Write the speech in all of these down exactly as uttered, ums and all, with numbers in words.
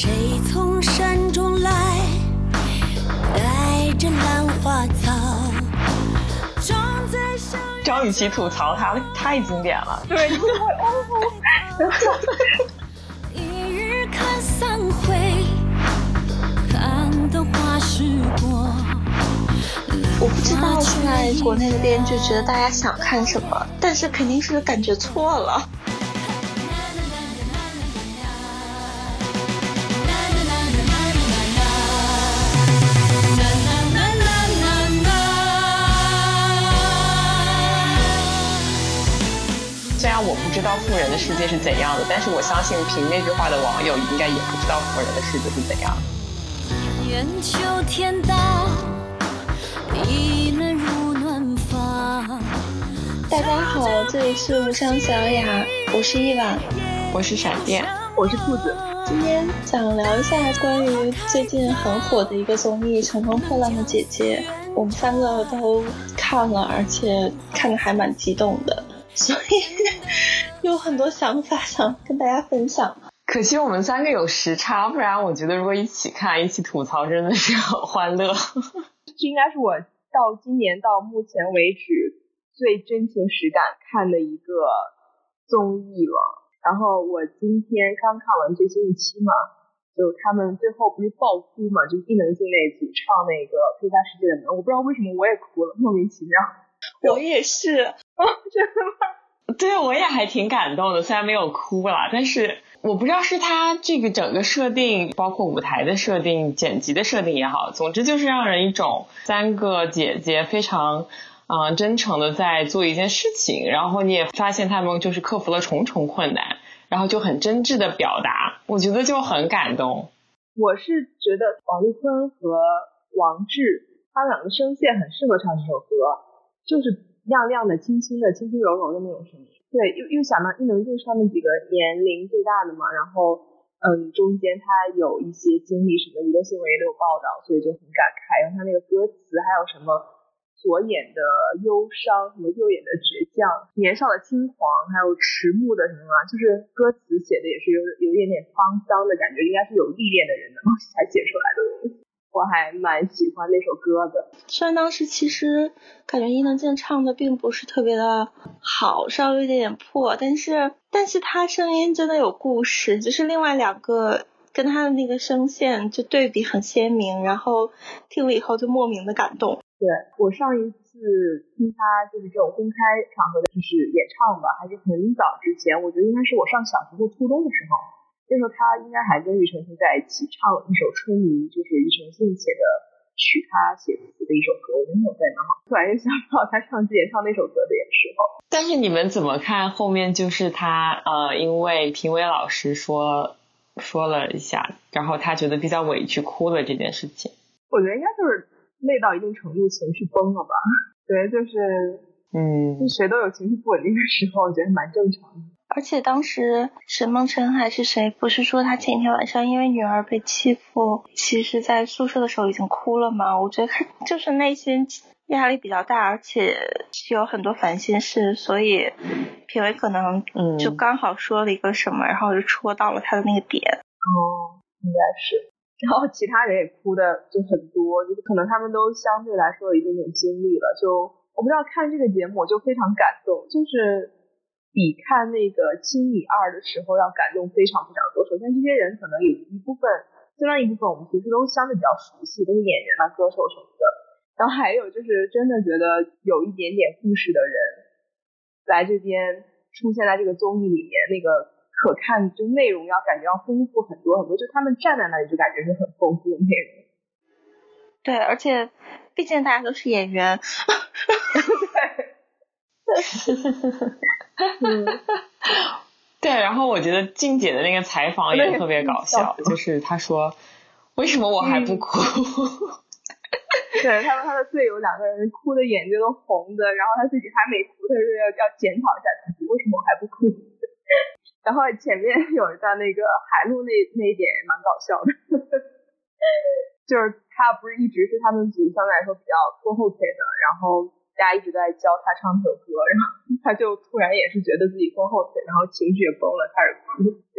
谁从山中来，带着兰花草，装在小张雨绮吐槽他太经典了， 对，你就会哦， 一日看三回，看的花时过。 我不知道现在国内的编剧觉得大家想看什么，但是肯定是感觉错了。 虽然我不知道富人的世界是怎样的，但是我相信凭那句话的网友应该也不知道富人的世界是怎样的。 眼秋天到，意冷如暖房。 大家好，这里是无伤小雅，我是一婉， 我是闪电， 我是兔子。 今天想聊一下关于最近很火的一个综艺《乘风破浪的姐姐》，我们三个都看了，而且看得还蛮激动的，所以有很多想法想跟大家分享。 可惜我们三个有时差，不然我觉得如果一起看一起吐槽真的是很欢乐。 这应该是我到今年到目前为止最真情实感看的一个综艺了。然后我今天刚看完最新一期嘛，就他们最后不是爆哭嘛，就伊能静那组唱那个《推开世界的门》，我不知道为什么我也哭了，莫名其妙。 我也是。 哦，真的吗？ 对，我也还挺感动的，虽然没有哭啦，但是我不知道是他这个整个设定，包括舞台的设定、剪辑的设定也好，总之就是让人一种三个姐姐非常嗯、呃、真诚的在做一件事情，然后你也发现他们就是克服了重重困难，然后就很真挚的表达，我觉得就很感动。 我是觉得王丽坤和王志他们两个声线很适合唱这首歌，就是亮亮的、轻轻的、轻轻柔柔的那种声音。对，又又想到伊能静上面几个年龄最大的嘛，然后嗯，中间他有一些经历，什么娱乐新闻也有报道，所以就很感慨。然后他那个歌词还有什么左眼的忧伤，什么右眼的倔强，年少的轻狂，还有迟暮的什么，就是歌词写的也是有有一点点沧桑的感觉，应该是有历练的人能够才写出来的东西。我还蛮喜欢那首歌的。 虽然当时其实感觉伊能静唱的并不是特别的好，稍微有点破，但是但是她声音真的有故事，就是另外两个跟她的那个声线就对比很鲜明，然后听了以后就莫名的感动。 对，我上一次听她就是这种公开场合的就是演唱吧，还是很早之前，我觉得应该是我上小学或初中的时候，那时候她应该还跟庾澄庆在一起唱了一首《春泥》，就是庾澄庆写的曲，他写词的一首歌，我觉得那首歌也蛮好。突然就想到他上之前唱那首歌的时候。 但是你们怎么看后面就是他呃，因为评委老师说说了一下，然后他觉得比较委屈哭了这件事情？ 我觉得应该就是累到一定程度情绪崩了吧。对，就是嗯， 就谁都有情绪不稳定的时候，我觉得蛮正常的。 而且当时沈梦辰还是谁不是说他前一天晚上因为女儿被欺负，其实在宿舍的时候已经哭了吗？我觉得他就是内心压力比较大，而且有很多烦心事，所以评委可能就刚好说了一个什么、嗯、然后就戳到了他的那个点。 哦，应该是。然后其他人也哭的就很多，就是可能他们都相对来说有一点点经历了，就我不知道看这个节目我就非常感动，就是比看那个青你二的时候要感动非常非常多。首先这些人可能有一部分相当一部分我们其实都相对比较熟悉，都是演员啊歌手什么的，然后还有就是真的觉得有一点点故事的人来这边出现在这个综艺里面，那个可看就内容要感觉要丰富很多很多，就他们站在那里就感觉是很丰富的内容。 对，而且毕竟大家都是演员。 嗯，对，然后我觉得静姐的那个采访也特别搞笑，就是她说为什么我还不哭、嗯、 对，他们他的队友两个人哭的眼睛都红的，然后他自己还没哭，他说要要检讨一下自己为什么我还不哭。然后前面有一段那个海陆那那一点也蛮搞笑的。就是他不是一直是他们组相对来说比较拖后腿的，然后大家一直在教他唱这首歌，然后他就突然也是觉得自己拖后腿，然后情绪也崩了，开始哭。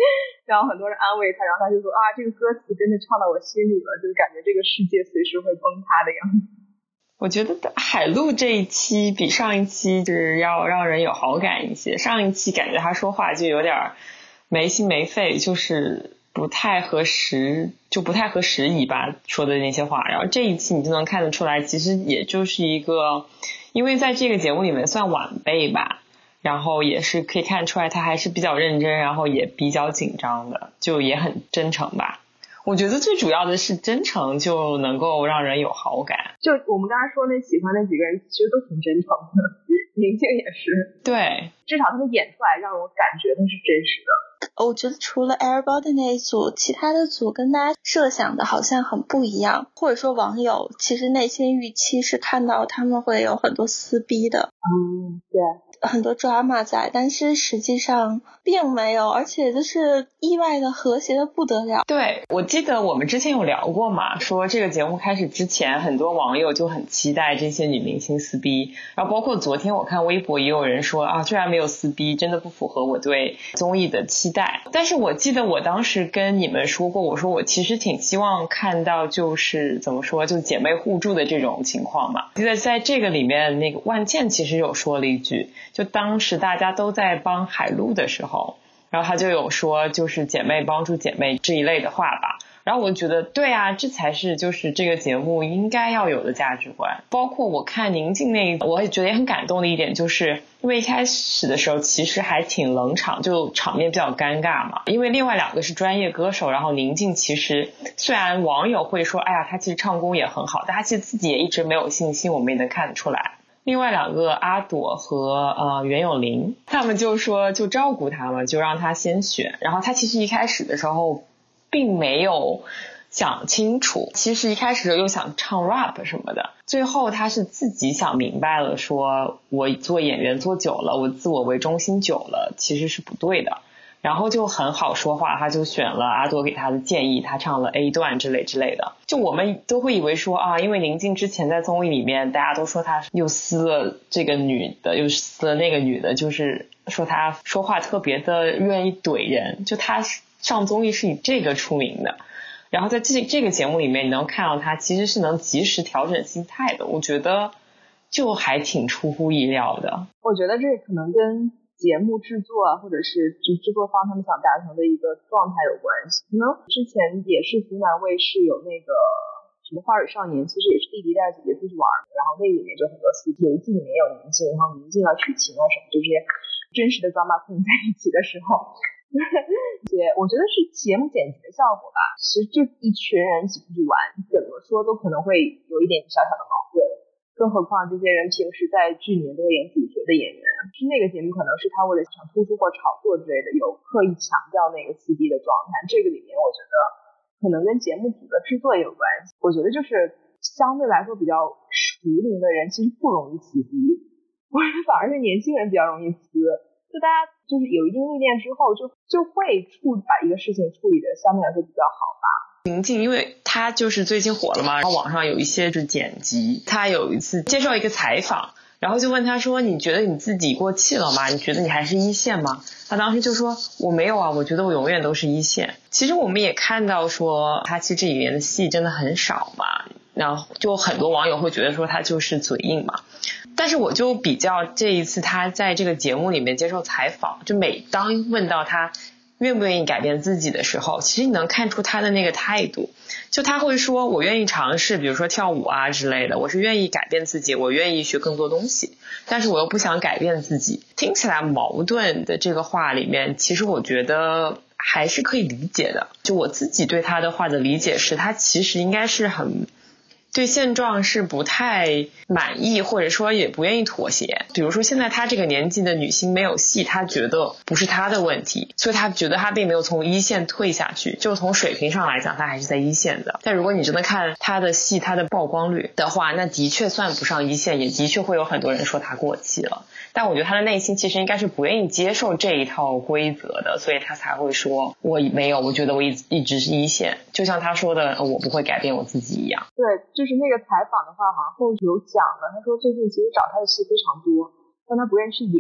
然后很多人安慰他，然后他就说啊，这个歌词真的唱到我心里了，就是感觉这个世界随时会崩塌的样子。 我觉得海陆这一期比上一期是要让人有好感一些，上一期感觉他说话就有点没心没肺，就是不太合时，就不太合时宜吧，说的那些话。然后这一期你就能看得出来，其实也就是一个，因为在这个节目里面算晚辈吧，然后也是可以看出来他还是比较认真，然后也比较紧张的，就也很真诚吧。我觉得最主要的是真诚就能够让人有好感。 就我们刚才说那喜欢那几个人其实都挺真诚的，宁静也是， 对， 至少他们演出来让我感觉他是真实的。 我觉得除了 Everybody 那一组，其他的组跟大家设想的好像很不一样，或者说网友其实内心预期是看到他们会有很多撕逼的， 嗯，对， 很多 drama 在，但是实际上并没有，而且就是意外的和谐的不得了。 对，我记得我们之前有聊过嘛，说这个节目开始之前很多网友就很期待这些女明星撕逼，然后包括昨天我看微博也有人说啊，居然没有撕逼，真的不符合我对综艺的期待。但是我记得我当时跟你们说过，我说我其实挺希望看到就是怎么说，就姐妹互助的这种情况嘛。记得在这个里面那个万茜其实有说了一句，就当时大家都在帮海陆的时候，然后他就有说就是姐妹帮助姐妹这一类的话吧。然后我觉得对啊，这才是就是这个节目应该要有的价值观。包括我看宁静那一，我也觉得也很感动的一点，就是因为一开始的时候其实还挺冷场，就场面比较尴尬嘛。因为另外两个是专业歌手，然后宁静其实虽然网友会说哎呀她其实唱功也很好，但她其实自己也一直没有信心，我们也能看得出来。另外两个阿朵和呃袁咏琳，他们就说就照顾她嘛，就让她先选。然后她其实一开始的时候并没有想清楚，其实一开始又想唱 rap 什么的，最后她是自己想明白了，说我做演员做久了，我自我为中心久了其实是不对的，然后就很好说话，他就选了阿朵给他的建议，他唱了 A 段之类之类的。就我们都会以为说啊，因为宁静之前在综艺里面大家都说他又撕了这个女的又撕了那个女的，就是说他说话特别的愿意怼人，就他上综艺是以这个出名的。然后在这这个节目里面你能看到他其实是能及时调整心态的，我觉得就还挺出乎意料的。 我觉得这可能跟节目制作啊，或者是制制作方他们想达成的一个状态有关系。可能之前也是湖南卫视有那个什么花儿与少年，其实也是弟弟带着姐姐出去玩，然后那里面就很多司机，有一季里面有宁静，然后宁静啊许晴啊什么，就这些真实的drama queen在一起的时候也我觉得是节目剪辑的效果吧。其实这一群人一起出去玩，怎么说都可能会有一点小小的矛盾，更何况这些人平时在剧里面都是演主角的演员，是那个节目可能是他为了想突出或炒作之类的，有刻意强调那个撕逼的状态。这个里面我觉得可能跟节目组的制作也有关系。我觉得就是相对来说比较熟龄的人其实不容易撕逼，我觉得反而是年轻人比较容易撕。就大家就是有一定历练之后，就就会处把一个事情处理的相对来说比较好吧。 宁静因为他就是最近火了嘛，然后网上有一些是剪辑，他有一次接受一个采访，然后就问他说你觉得你自己过气了吗？你觉得你还是一线吗？他当时就说我没有啊，我觉得我永远都是一线。其实我们也看到说他其实这里面的戏真的很少嘛，然后就很多网友会觉得说他就是嘴硬嘛。但是我就比较这一次他在这个节目里面接受采访，就每当问到他愿不愿意改变自己的时候，其实你能看出他的那个态度，就他会说我愿意尝试比如说跳舞啊之类的，我是愿意改变自己，我愿意学更多东西，但是我又不想改变自己。听起来矛盾的这个话里面，其实我觉得还是可以理解的。就我自己对他的话的理解是，他其实应该是很对现状是不太满意，或者说也不愿意妥协。比如说现在她这个年纪的女星没有戏，她觉得不是她的问题，所以她觉得她并没有从一线退下去，就从水平上来讲她还是在一线的。但如果你真的看她的戏，她的曝光率的话，那的确算不上一线，也的确会有很多人说她过气了。但我觉得她的内心其实应该是不愿意接受这一套规则的，所以她才会说我没有，我觉得我一一直是一线，就像她说的我不会改变我自己一样。 对，就是那个采访的话好像后续有讲了，他说最近其实找他的戏非常多，但他不愿意去演，他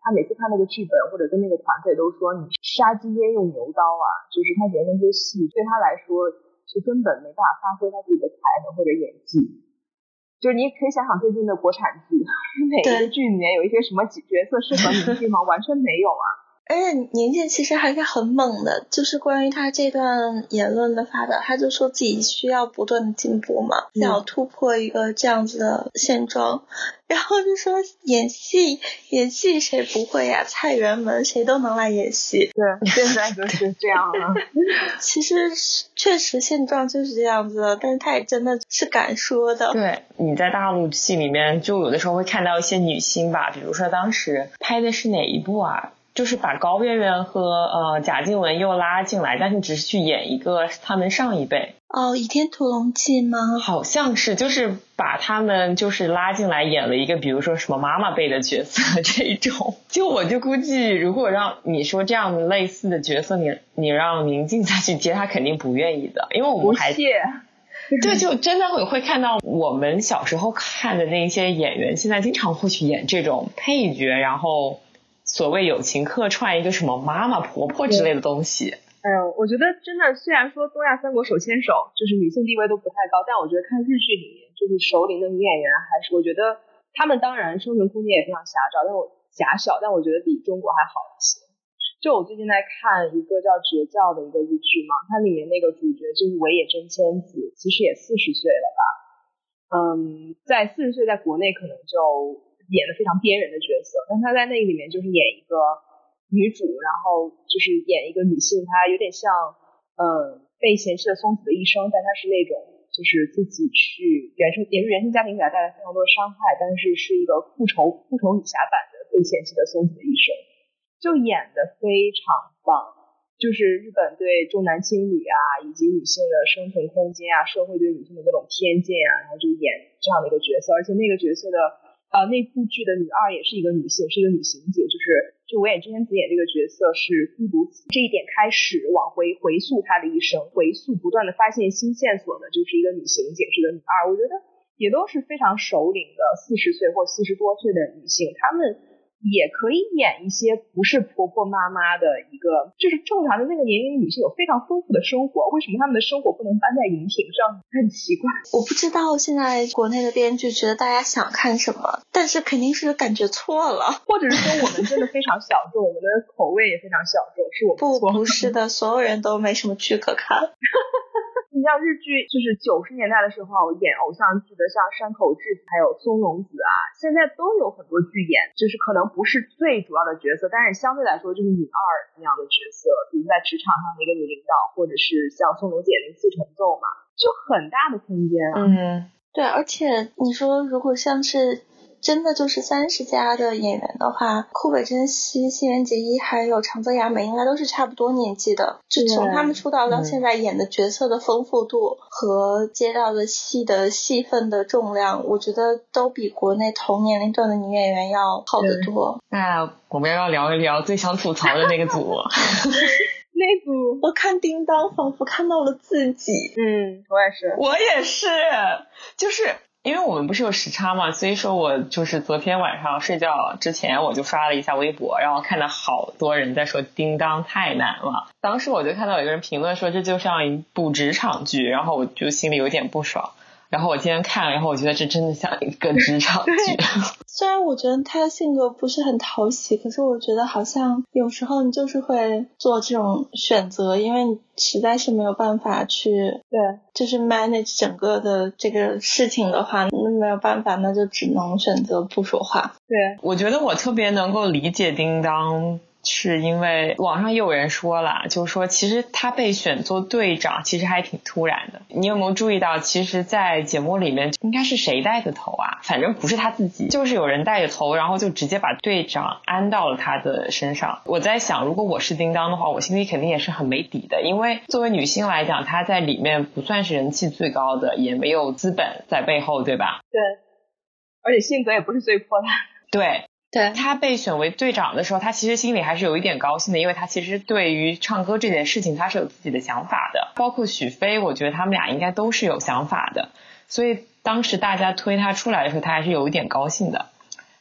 他每次看那个剧本或者跟那个团队都说，你杀鸡焉用牛刀啊，就是他觉得那些戏对他来说是根本没办法发挥他自己的才能或者演技。就是你可以想想最近的国产剧，每一个剧里面有一些什么角色适合明星吗？完全没有啊。 而且年纪其实还是很猛的，就是关于他这段言论的发表，他就说自己需要不断的进步嘛，想要突破一个这样子的现状，然后就说演戏演戏谁不会呀，菜园门谁都能来演戏。 对，现在就是这样了。 其实确实现状就是这样子的，但是他也真的是敢说的。 对，你在大陆戏里面就有的时候会看到一些女星吧，比如说当时拍的是哪一部啊，就是把高圆圆和呃贾静雯又拉进来，但是只是去演一个他们上一辈。 哦，倚天屠龙记吗？ 好像是，就是把他们就是拉进来演了一个比如说什么妈妈辈的角色这种。就我就估计如果让你说这样类似的角色，你你让宁静再去接，他肯定不愿意的，因为我们还不屑。 对，就真的会会看到我们小时候看的那些演员现在经常会去演这种配角，然后所谓友情客串一个什么妈妈婆婆之类的东西。 哎呦，我觉得真的，虽然说东亚三国手牵手就是女性地位都不太高，但我觉得看日剧里面就是熟龄的女演员，还是我觉得她们当然生存空间也非常狭窄，但我狭小，但我觉得比中国还好一些。就我最近在看一个叫《绝教》的一个日剧嘛，它里面那个主角就是尾野真千子，其实也四十岁了吧。嗯，在四十岁在国内可能就演得非常边缘的角色，但她在那个里面就是演一个女主，然后就是演一个女性，她有点像嗯被嫌弃的松子的一生，但她是那种就是自己去原生也是原生家庭给她带来非常多的伤害，但是是一个复仇复仇女侠版的被嫌弃的松子的一生，就演得非常棒。就是日本对重男轻女啊，以及女性的生存空间啊，社会对女性的各种偏见啊，然后就演这样的一个角色，而且那个角色的呃那部剧的女二也是一个女性，是一个女刑警，就是就尾野真千子演这个角色是孤独死这一点开始往回回溯她的一生，回溯不断的发现新线索的就是一个女刑警，是一个女二，我觉得也都是非常熟龄的四十岁或四十多岁的女性，她们也可以演一些不是婆婆妈妈的一个就是正常的那个年龄女性有非常丰富的生活，为什么她们的生活不能搬在荧屏上，很奇怪。 我不知道现在国内的编剧觉得大家想看什么，但是肯定是感觉错了， 或者是说我们真的非常小众，我们的口味也非常小众，是我们错。 不不是的，所有人都没什么剧可看。 你像日剧就是九十年代的时候演偶像剧的像山口智子还有松隆子啊，现在都有很多剧演，就是可能不是最主要的角色，但是相对来说就是女二那样的角色，比如在职场上的一个女领导，或者是像松隆子演的四重奏嘛，就很大的空间啊。 嗯， 对，而且你说如果像是真的就是三十加的演员的话，库北真希、新垣结衣还有长泽雅美应该都是差不多年纪的，就从他们出道到现在演的角色的丰富度和接到的戏的戏份的重量，我觉得都比国内同年龄段的女演员要好得多。 那我们要聊一聊最想吐槽的那个组。 那组我看叮当仿佛看到了自己。 嗯，我也是， 我也是，就是因为我们不是有时差嘛，所以说我就是昨天晚上睡觉之前我就刷了一下微博，然后看到好多人在说叮当太难了。当时我就看到有一个人评论说这就像一部职场剧，然后我就心里有点不爽。然后我今天看了以后，我觉得这真的像一个职场剧。 虽然我觉得他的性格不是很讨喜，可是我觉得好像有时候你就是会做这种选择，因为你实在是没有办法去对， 就是 manage 整个的这个事情的话，那没有办法，那就只能选择不说话。 对， 我觉得我特别能够理解叮当，是因为网上也有人说了，就是说其实他被选做队长其实还挺突然的。你有没有注意到其实在节目里面应该是谁带的头啊，反正不是他自己，就是有人带着头，然后就直接把队长安到了他的身上。我在想如果我是叮当的话，我心里肯定也是很没底的，因为作为女性来讲，她在里面不算是人气最高的，也没有资本在背后，对吧？ 对，而且性格也不是最泼辣的。 对， 对， 他被选为队长的时候，他其实心里还是有一点高兴的，因为他其实对于唱歌这件事情他是有自己的想法的，包括许飞，我觉得他们俩应该都是有想法的，所以当时大家推他出来的时候他还是有一点高兴的。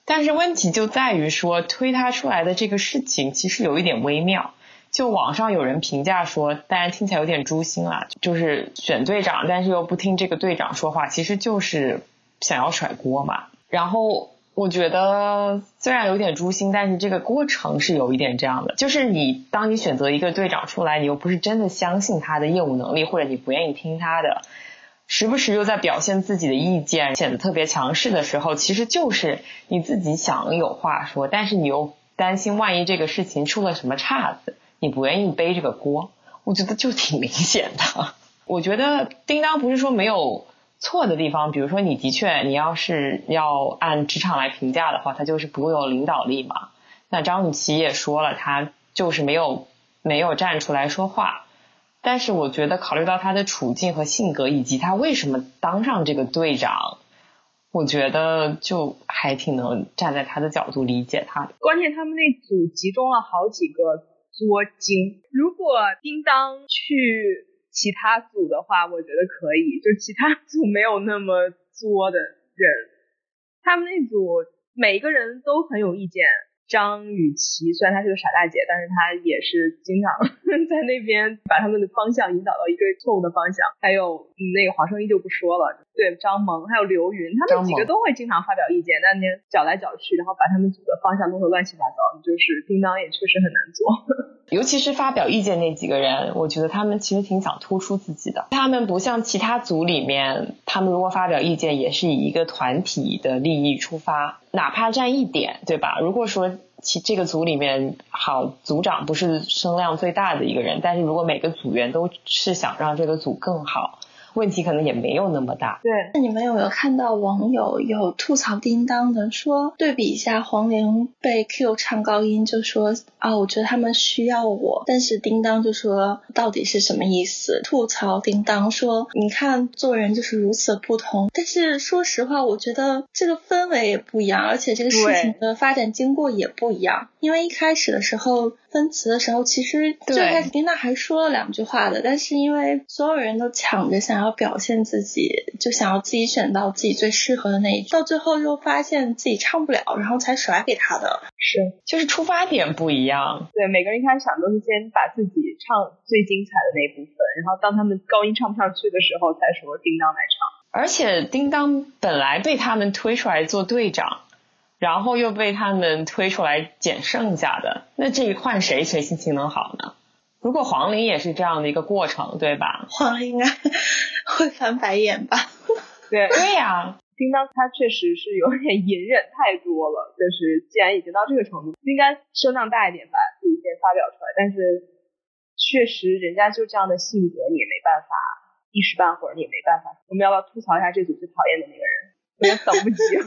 但是问题就在于说推他出来的这个事情其实有一点微妙，就网上有人评价说，当然听起来有点诛心啦，就是选队长但是又不听这个队长说话，其实就是想要甩锅嘛。然后我觉得虽然有点诛心，但是这个过程是有一点这样的，就是你当你选择一个队长出来，你又不是真的相信他的业务能力，或者你不愿意听他的，时不时又在表现自己的意见，显得特别强势的时候，其实就是你自己想有话说，但是你又担心万一这个事情出了什么岔子，你不愿意背这个锅，我觉得就挺明显的。我觉得叮当不是说没有错的地方，比如说你的确你要是要按职场来评价的话，他就是不够有领导力嘛。那张雨绮也说了，他就是没有没有站出来说话。但是我觉得考虑到他的处境和性格以及他为什么当上这个队长，我觉得就还挺能站在他的角度理解他的。 关键他们那组集中了好几个作精，如果叮当去其他组的话，我觉得可以，就其他组没有那么作的人，他们那组每一个人都很有意见。张雨绮虽然她是个傻大姐，但是她也是经常在那边把他们的方向引导到一个错误的方向。还有、嗯、那个黄圣依就不说了，对，张萌还有刘云，他们几个都会经常发表意见，但那搅来搅去，然后把他们组的方向弄得乱七八糟，就是叮当也确实很难做。 尤其是发表意见那几个人，我觉得他们其实挺想突出自己的，他们不像其他组里面，他们如果发表意见也是以一个团体的利益出发，哪怕占一点，对吧？如果说其这个组里面好，组长不是声量最大的一个人，但是如果每个组员都是想让这个组更好，问题可能也没有那么大。 对， 那你们有没有看到网友有吐槽叮当的，说对比一下黄龄被 Q 唱高音，就说啊，我觉得他们需要我，但是叮当就说到底是什么意思？吐槽叮当说，你看做人就是如此不同。但是说实话，我觉得这个氛围也不一样，而且这个事情的发展经过也不一样。因为一开始的时候分词的时候，其实最开始叮当还说了两句话的，但是因为所有人都抢着想要表现自己，就想要自己选到自己最适合的那一句，到最后又发现自己唱不了，然后才甩给他的。 是， 就是出发点不一样。 对，每个人一开始想都是先把自己唱最精彩的那一部分，然后当他们高音唱不上去的时候才说叮当来唱。 而且叮当本来被他们推出来做队长，然后又被他们推出来捡剩下的，那这一换谁谁心情能好呢？如果黄龄也是这样的一个过程，对吧？ 黄龄应该会翻白眼吧。 对对呀、啊， 叮当他确实是有点隐忍太多了，就是既然已经到这个程度，应该声量大一点把自己先发表出来，但是确实人家就这样的性格，你也没办法，一时半会儿你也没办法。我们要不要吐槽一下这组最讨厌的那个人？我也等不及了。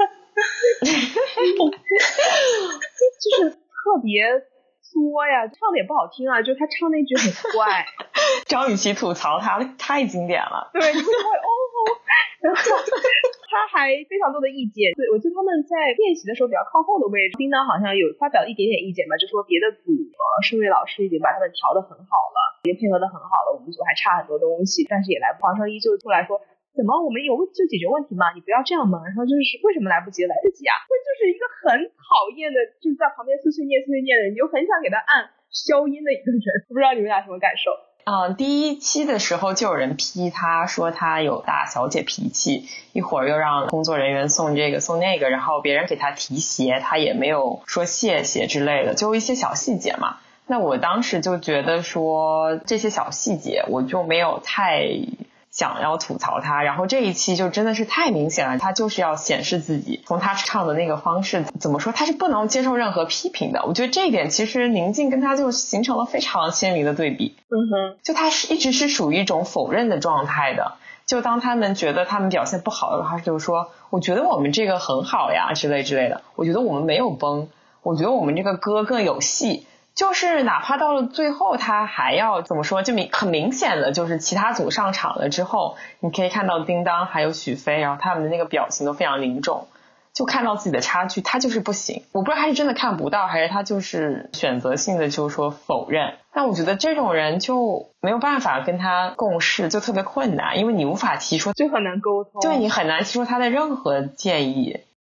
就是特别作呀，唱的也不好听啊，就他唱那句很怪。 张雨绮吐槽他太经典了， 对，你就会哦，然后他还非常多的意见。对，我觉得他们在练习的时候比较靠后的位置，叮当好像有发表一点点意见吧，就说别的组呃，数位老师已经把他们调得很好了，已经配合得很好了，我们组还差很多东西，但是也来不。黄圣依就出来说，怎么我们有就解决问题嘛，你不要这样嘛。然后就是为什么来不及？来得及啊！这就是一个很讨厌的，就是在旁边碎碎念碎碎念的人，你就很想给他按消音的一个人。不知道你们俩什么感受？ 嗯，第一期的时候就有人批他说他有大小姐脾气，一会儿又让工作人员送这个送那个，然后别人给他提鞋他也没有说谢谢之类的，就一些小细节嘛。那我当时就觉得说这些小细节我就没有太想要吐槽他，然后这一期就真的是太明显了，他就是要显示自己，从他唱的那个方式怎么说，他是不能接受任何批评的。我觉得这一点其实宁静跟他就形成了非常鲜明的对比。 嗯哼， 就他是一直是属于一种否认的状态的，就当他们觉得他们表现不好的话，他就说我觉得我们这个很好呀之类之类的，我觉得我们没有崩，我觉得我们这个歌更有戏。就是哪怕到了最后他还要怎么说，就明很明显的就是其他组上场了之后，你可以看到叮当还有许飞，然后他们的那个表情都非常凝重，就看到自己的差距，他就是不行。我不知道他是真的看不到，还是他就是选择性的就是说否认。但我觉得这种人就没有办法跟他共事，就特别困难，因为你无法提出， 就很难沟通。 对，你很难提出他的任何建议。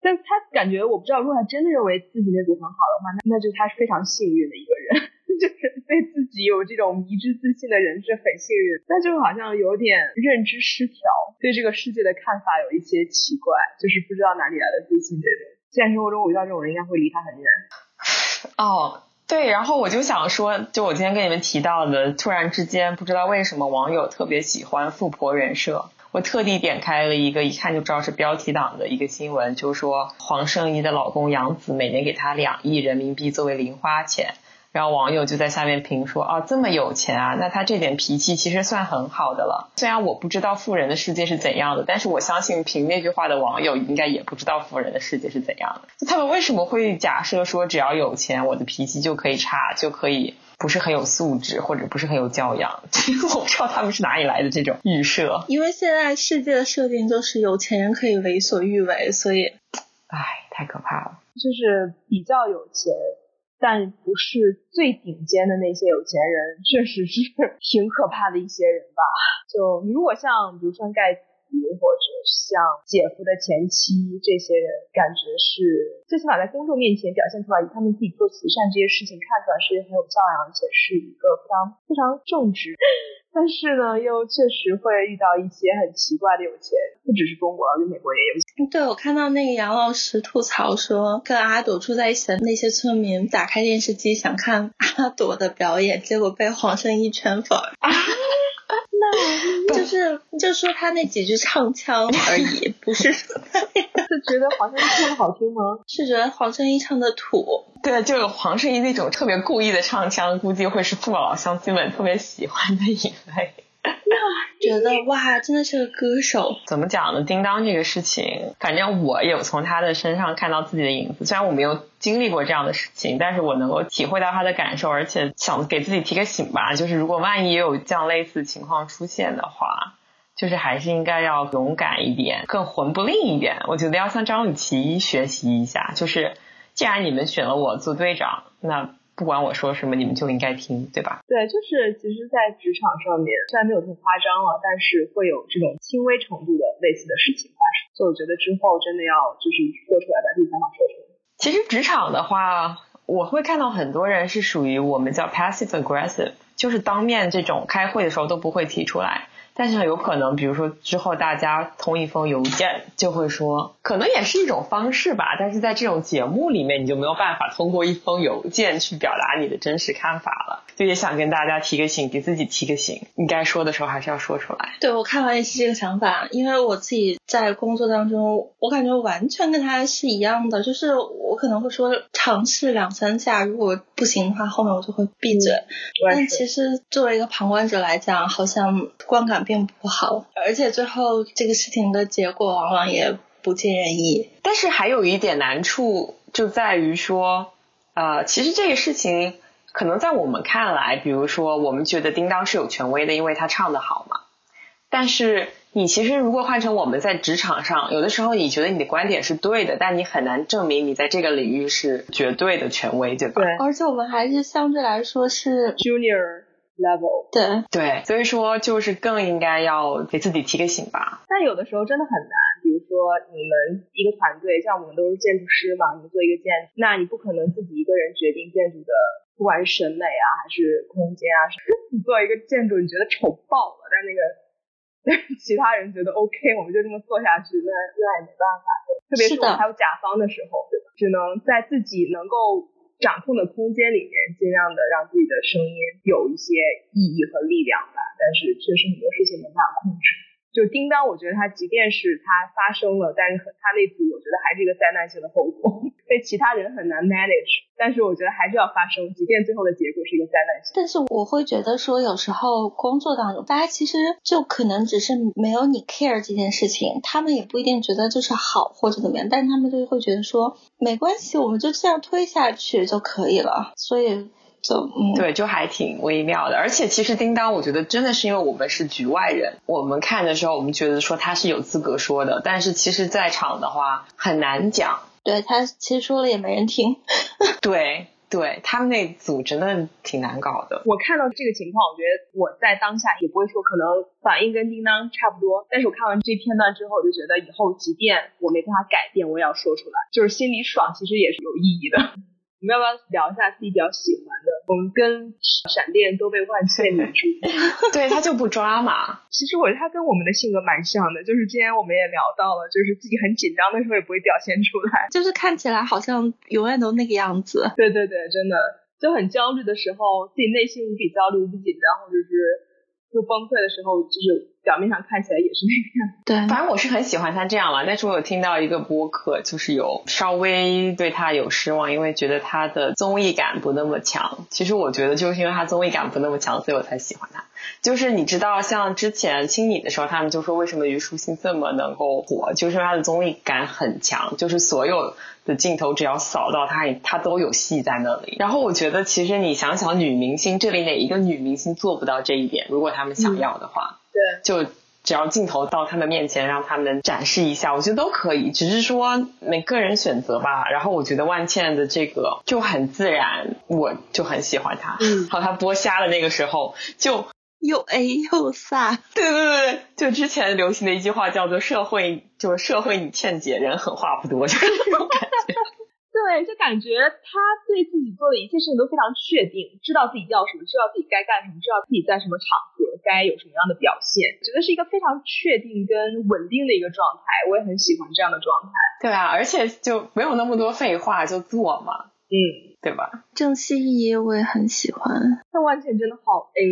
但他感觉我不知道，如果他真的认为自己那组很好的话，那那就是他是非常幸运的一个人，就是对自己有这种迷之自信的人是很幸运，但就好像有点认知失调，对这个世界的看法有一些奇怪，就是不知道哪里来的自信这种。现实生活中我遇到这种人应该会离他很远。 哦，对，然后我就想说，就我今天跟你们提到的，突然之间不知道为什么网友特别喜欢富婆人设。我特地点开了一个一看就知道是标题党的一个新闻，就是说黄圣依的老公杨紫每年给她两亿人民币作为零花钱，然后网友就在下面评说啊，这么有钱啊，那他这点脾气其实算很好的了。虽然我不知道富人的世界是怎样的，但是我相信凭那句话的网友应该也不知道富人的世界是怎样的。他们为什么会假设说只要有钱我的脾气就可以差，就可以不是很有素质或者不是很有教养？我不知道他们是哪里来的这种预设。 因为现在世界的设定就是有钱人可以为所欲为，所以唉，太可怕了。 就是比较有钱但不是最顶尖的那些有钱人，确实是挺可怕的一些人吧。就如果像比如说盖茨或者像姐夫的前妻这些人，感觉是最起码在公众面前表现出来，以他们自己做慈善这些事情看出来是很有教养，而且是一个非常非常正直，但是呢又确实会遇到一些很奇怪的有钱人，不只是中国，我觉得美国也有。 对，我看到那个杨老师吐槽说，跟阿朵住在一起的那些村民打开电视机想看阿朵的表演，结果被黄圣依圈粉啊。那就是就说他那几句唱腔而已，不是是觉得黄圣依唱的好听吗？ 是觉得黄圣依唱的土。 对，就有黄圣依那种特别故意的唱腔，估计会是父老乡亲们特别喜欢的一类。 觉得哇，真的是个歌手。 怎么讲呢？叮当这个事情，反正我有从他的身上看到自己的影子。虽然我没有经历过这样的事情，但是我能够体会到他的感受，而且想给自己提个醒吧，就是如果万一也有这样类似情况出现的话，就是还是应该要勇敢一点，更魂不吝一点。我觉得要向张雨绮学习一下，就是既然你们选了我做队长，那不管我说什么你们就应该听，对吧？ 对，就是其实在职场上面虽然没有这么夸张了，但是会有这种轻微程度的类似的事情发生，所以我觉得之后真的要就是说出来，把自己想法说出来。 其实职场的话，我会看到很多人是属于我们叫 passive aggressive， 就是当面这种开会的时候都不会提出来，但是有可能比如说之后大家通一封邮件就会说，可能也是一种方式吧，但是在这种节目里面你就没有办法通过一封邮件去表达你的真实看法了。就也想跟大家提个醒，给自己提个醒，你该说的时候还是要说出来。 对，我看完也是这个想法，因为我自己在工作当中我感觉完全跟他是一样的，就是我可能会说尝试两三下，如果不行的话后面我就会闭嘴、嗯、但其实作为一个旁观者来讲好像观感并不好，而且最后这个事情的结果往往也不尽人意。 但是还有一点难处就在于说呃，其实这个事情可能在我们看来，比如说我们觉得叮当是有权威的，因为他唱得好嘛。但是你其实如果换成我们在职场上，有的时候你觉得你的观点是对的，但你很难证明你在这个领域是绝对的权威，对吧？ 对，而且我们还是相对来说是 junior level。 对对，所以说就是更应该要给自己提个醒吧。 但有的时候真的很难，比如说你们一个团队，像我们都是建筑师嘛，你们做一个建筑，那你不可能自己一个人决定建筑的不管是审美啊还是空间啊，你做一个建筑你觉得丑爆了，但那个其他人觉得 OK， 我们就这么做下去，那那也没办法。特别是我们还有甲方的时候，对吧？只能在自己能够掌控的空间里面尽量的让自己的声音有一些意义和力量吧，但是确实很多事情没办法控制。就叮当，我觉得它即便是它发生了，但是它那组我觉得还是一个灾难性的后果，被其他人很难 manage， 但是我觉得还是要发生，即便最后的结果是一个灾难性。 但是我会觉得说有时候工作当中大家其实就可能只是没有你 care 这件事情，他们也不一定觉得就是好或者怎么样，但是他们就会觉得说没关系，我们就这样推下去就可以了，所以就嗯， 对，就还挺微妙的。而且其实叮当我觉得真的是因为我们是局外人，我们看的时候我们觉得说他是有资格说的，但是其实在场的话很难讲。 对，他其实说了也没人听。 对， 对，他们那组真的挺难搞的。 我看到这个情况，我觉得我在当下也不会说可能反应跟叮当差不多，但是我看完这片段之后，我就觉得以后即便我没办法改变，我也要说出来，就是心里爽其实也是有意义的。我们要不要聊一下自己比较喜欢的？我们跟闪电都被万茜迷住。 对，他就不抓嘛。 其实我觉得他跟我们的性格蛮像的，就是之前我们也聊到了，就是自己很紧张的时候也不会表现出来， 就是看起来好像永远都那个样子。 对对对，真的就很焦虑的时候，自己内心无比焦虑无比紧张，或者是就崩溃的时候，就是表面上看起来也是那个样。 对， 反正我是很喜欢他这样了，但是我有听到一个播客，就是有稍微对他有失望，因为觉得他的综艺感不那么强。其实我觉得就是因为他综艺感不那么强，所以我才喜欢他。就是你知道像之前亲你的时候，他们就说为什么虞书欣这么能够火，就是因为他的综艺感很强，就是所有的镜头只要扫到他，他都有戏在那里。然后我觉得其实你想想女明星，这里哪一个女明星做不到这一点，如果他们想要的话、 嗯、对， 就只要镜头到他们面前让他们展示一下，我觉得都可以，只是说每个人选择吧。然后我觉得万茜的这个就很自然，我就很喜欢她。 嗯， 好，她剥虾的那个时候就又 A 又飒。 对对对，就之前流行的一句话叫做社会就是社会你欠解，人狠话不多，就是这种感觉。 对，就感觉他对自己做的一切事情都非常确定，知道自己要什么，知道自己该干什么，知道自己在什么场合该有什么样的表现，觉得是一个非常确定跟稳定的一个状态，我也很喜欢这样的状态。 对啊，而且就没有那么多废话，就做嘛， 嗯， 对吧？ 郑希怡我也很喜欢， 但万茜真的好 A。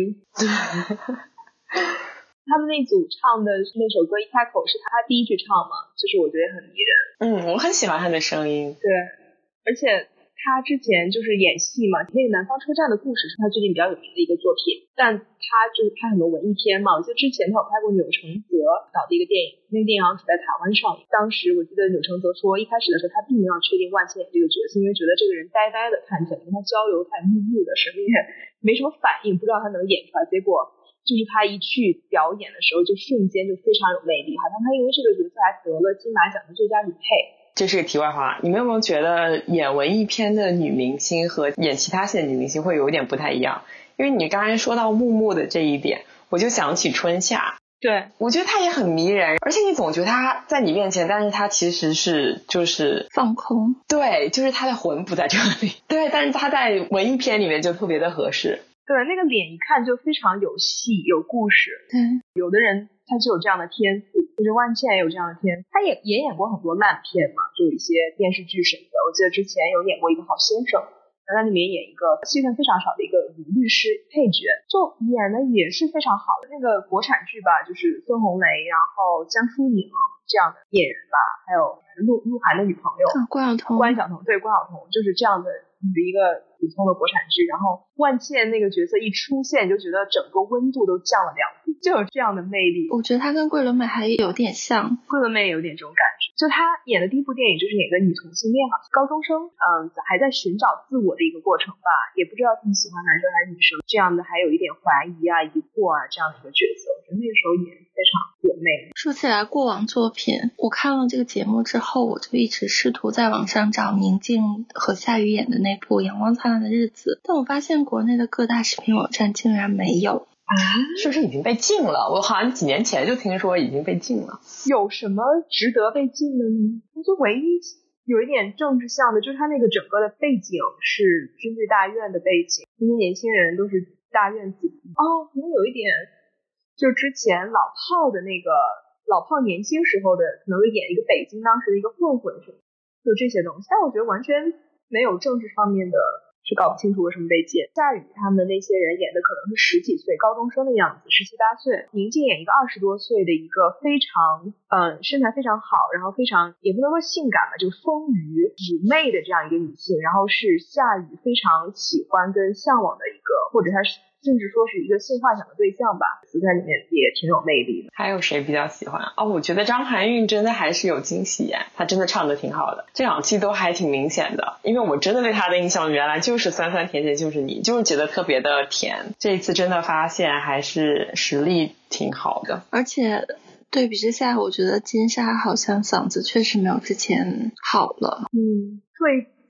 他们那组唱的那首歌一开口是他第一句唱嘛，就是我觉得很迷人。 嗯，我很喜欢他的声音。 对，而且他之前就是演戏嘛，那个南方车站的故事是他最近比较有名的一个作品，但他就是拍很多文艺片嘛，我记得之前他有拍过钮承泽导的一个电影，那个电影好像只在台湾上映。当时我记得钮承泽说一开始的时候他并没有确定万茜演这个角色，因为觉得这个人呆呆的看起来跟他交流太木木的，什么也没什么反应，不知道他能演出来，结果就是他一去表演的时候就瞬间就非常有魅力，好像他因为这个角色还得了金马奖的最佳女配。 这是个题外话，你们有没有觉得演文艺片的女明星和演其他戏的女明星会有一点不太一样？因为你刚才说到木木的这一点，我就想起春夏。 对， 我觉得她也很迷人，而且你总觉得她在你面前，但是她其实是就是放空。 对，就是她的魂不在这里。对，但是她在文艺片里面就特别的合适。 对，那个脸一看就非常有戏有故事。 对， 有的人他就有这样的天赋，就是万茜也有这样的天赋。他也也演过很多烂片嘛，就有一些电视剧什么的。我记得之前有演过一个好先生，然后在里面演一个戏份非常少的一个女律师配角，就演的也是非常好的。那个国产剧吧，就是孙红雷，然后江疏影这样的演员吧，还有鹿鹿晗的女朋友、 嗯、关晓彤， 关晓彤，对，关晓彤就是这样的一个普通的国产剧，然后万茜那个角色一出现，就觉得整个温度都降了两度，就有这样的魅力。 我觉得她跟桂纶镁还有点像， 桂纶镁也有点这种感觉，就她演的第一部电影就是演个女同性恋嘛，高中生，嗯，还在寻找自我的一个过程吧，也不知道自己喜欢男生还是女生，这样的还有一点怀疑啊、疑惑啊这样的一个角色，我觉得那个时候演非常有魅力。 说起来过往作品，我看了这个节目之后，我就一直试图在网上找宁静和夏雨演的那部《阳光灿烂的日子》，但我发现国内的各大视频网站竟然没有。 啊， 是不是已经被禁了？我好像几年前就听说已经被禁了。 有什么值得被禁的呢？我觉得唯一有一点政治向的，就是它那个整个的背景是军队大院的背景，那些年轻人都是大院子弟。哦，可能有一点，就之前老炮的那个老炮年轻时候的，可能会演一个北京当时的一个混混什么，就这些东西。但我觉得完全没有政治方面的。是搞不清楚为什么被禁。夏雨他们的那些人演的可能是十几岁高中生的样子，十七八岁。宁静演一个二十多岁的一个非常嗯身材非常好，然后非常也不能说性感吧，就丰腴妩媚的这样一个女性，然后是夏雨非常喜欢跟向往的一个，或者她是甚至说是一个性幻想的对象吧，在里面也挺有魅力的。 还有谁比较喜欢？哦，我觉得张含韵真的还是有惊喜耶，她真的唱得挺好的，这两期都还挺明显的。因为我真的对她的印象原来就是酸酸甜甜就是你，就是觉得特别的甜。这一次真的发现还是实力挺好的。 而且对比之下，我觉得金莎好像嗓子确实没有之前好了。 嗯，最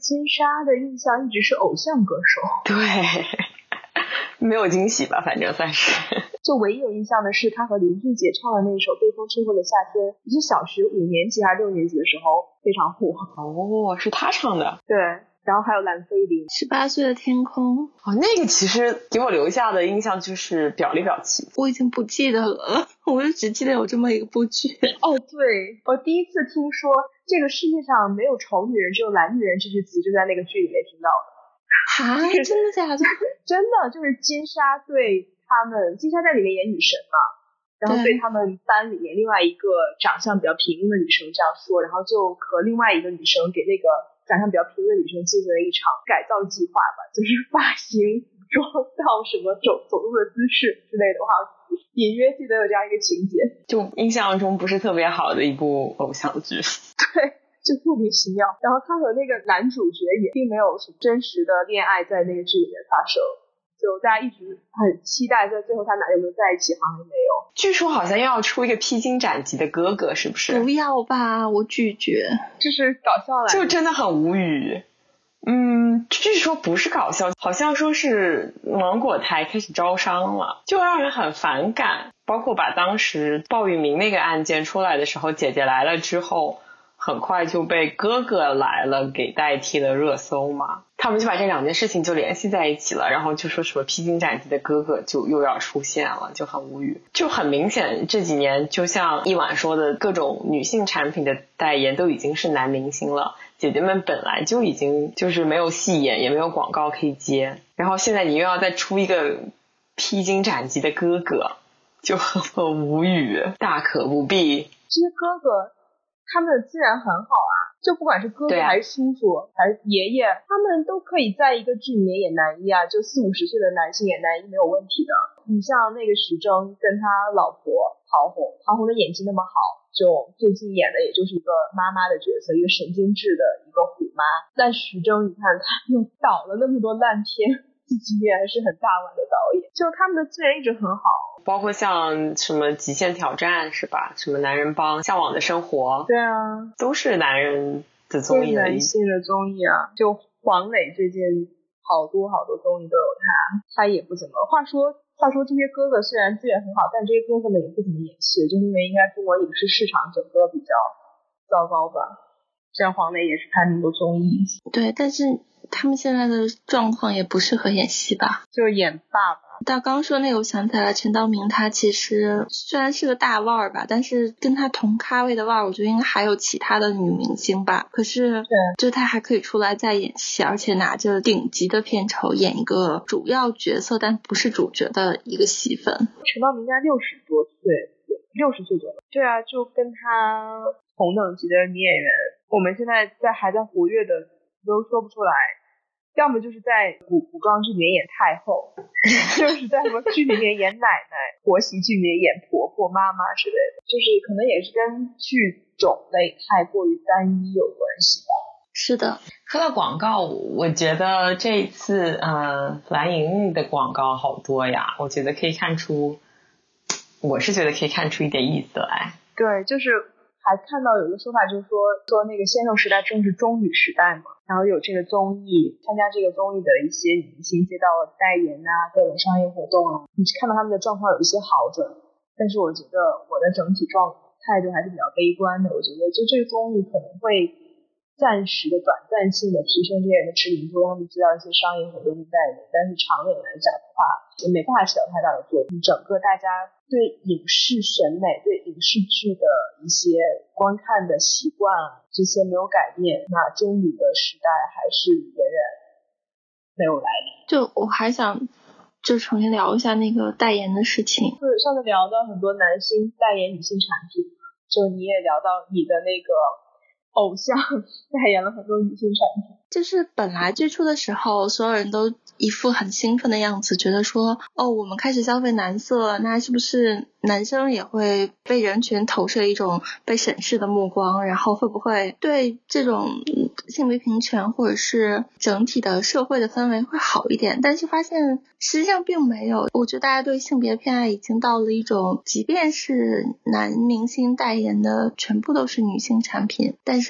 金莎的印象一直是偶像歌手， 对，没有惊喜吧，反正算是。 就唯一有印象的是他和林俊杰唱的那首《被风吹过的夏天》，你是小学五年级还是六年级的时候非常火。 哦，是他唱的。 对，然后还有蓝菲林十八岁的天空。 哦，那个其实给我留下的印象就是表里表气， 我已经不记得了，我就只记得有这么一个部剧。 哦，对，我第一次听说这个世界上没有丑女人只有懒女人这句词就在那个剧里面听到的。 哈，真的假的？ 真的，就是金莎对他们，金莎在里面演女神嘛，然后对他们班里面另外一个长相比较平庸的女生这样说，然后就和另外一个女生给那个长相比较平庸的女生进行了一场改造计划吧，就是发型、服装到什么走走路的姿势之类的，我好像隐约记得有这样一个情节， 就印象中不是特别好的一部偶像剧。 对，就莫名其妙。然后他和那个男主角也并没有什么真实的恋爱在那个剧里面发生，就大家一直很期待在最后他俩有没有在一起，好像也没有。 据说好像要出一个披荆斩棘的哥哥，是不是？ 不要吧，我拒绝。 这是搞笑来的， 就真的很无语。嗯，据说不是搞笑，好像说是芒果台开始招商了，就让人很反感。包括把当时鲍玉明那个案件出来的时候，姐姐来了之后，很快就被哥哥来了给代替了热搜嘛。他们就把这两件事情就联系在一起了，然后就说什么披荆斩棘的哥哥就又要出现了，就很无语。就很明显这几年就像一婉说的，各种女性产品的代言都已经是男明星了，姐姐们本来就已经就是没有戏演，也没有广告可以接，然后现在你又要再出一个披荆斩棘的哥哥，就很很无语，大可不必。 这些哥哥他们的资源很好啊，就不管是哥哥还是叔叔、啊、还是爷爷，他们都可以在一个剧里面演男一啊，就四五十岁的男性演男一没有问题的。你像那个徐峥跟他老婆陶虹，陶虹的演技那么好，就最近演的也就是一个妈妈的角色，一个神经质的一个虎妈。但徐峥你看他又导了那么多烂片，自己也还是很大腕的导演，就他们的资源一直很好。 包括像什么极限挑战是吧，什么男人帮、向往的生活， 对啊， 都是男人的综艺而已， 男性的综艺啊。就黄磊最近好多好多综艺都有他，他也不怎么。话说话说这些哥哥虽然资源很好，但这些哥哥们也不怎么演戏，就是因为应该中国影视市场整个比较糟糕吧。像黄磊也是拍那么多综艺， 对，但是他们现在的状况也不适合演戏吧， 就演爸爸。 他刚说那个我想起来了，陈道明他其实虽然是个大腕儿吧，但是跟他同咖位的腕儿我觉得应该还有其他的女明星吧，可是就他还可以出来再演戏，而且拿着顶级的片酬演一个主要角色但不是主角的一个戏份。 陈道明应该六十多岁，六十岁左右。对啊，就跟他同等级的女演员，我们现在在还在活跃的都说不出来，要么就是在古古装剧里面演太后，就是在什么剧里面演奶奶，婆媳剧里面演婆婆妈妈之类的，就是可能也是跟剧种类太过于单一有关系吧。 是的， 说到广告，我觉得这一次呃蓝莹的广告好多呀，我觉得可以看出，我是觉得可以看出一点意思来。 对，就是还看到有一个说法，就是说说那个先生时代正是中女时代嘛，然后有这个综艺，参加这个综艺的一些明星接到了代言啊，各种商业活动啊，你看到他们的状况有一些好转，但是我觉得我的整体状态度还是比较悲观的。我觉得就这个综艺可能会暂时的短暂性的提升这些人的知名度，让他们接到一些商业活动的代言，但是长远来讲的话也没办法起到太大的作用。整个大家对影视审美、对影视剧的一些观看的习惯啊，这些没有改变，那中女的时代还是远远没有来临。 就我还想就重新聊一下那个代言的事情。 对，上次聊到很多男星代言女性产品，就你也聊到你的那个偶像代言了很多女性产品。 就是本来最初的时候所有人都一副很兴奋的样子，觉得说哦我们开始消费男色，那是不是男生也会被人群投射一种被审视的目光，然后会不会对这种性别平权或者是整体的社会的氛围会好一点，但是发现实际上并没有。我觉得大家对性别偏爱已经到了一种，即便是男明星代言的全部都是女性产品，但是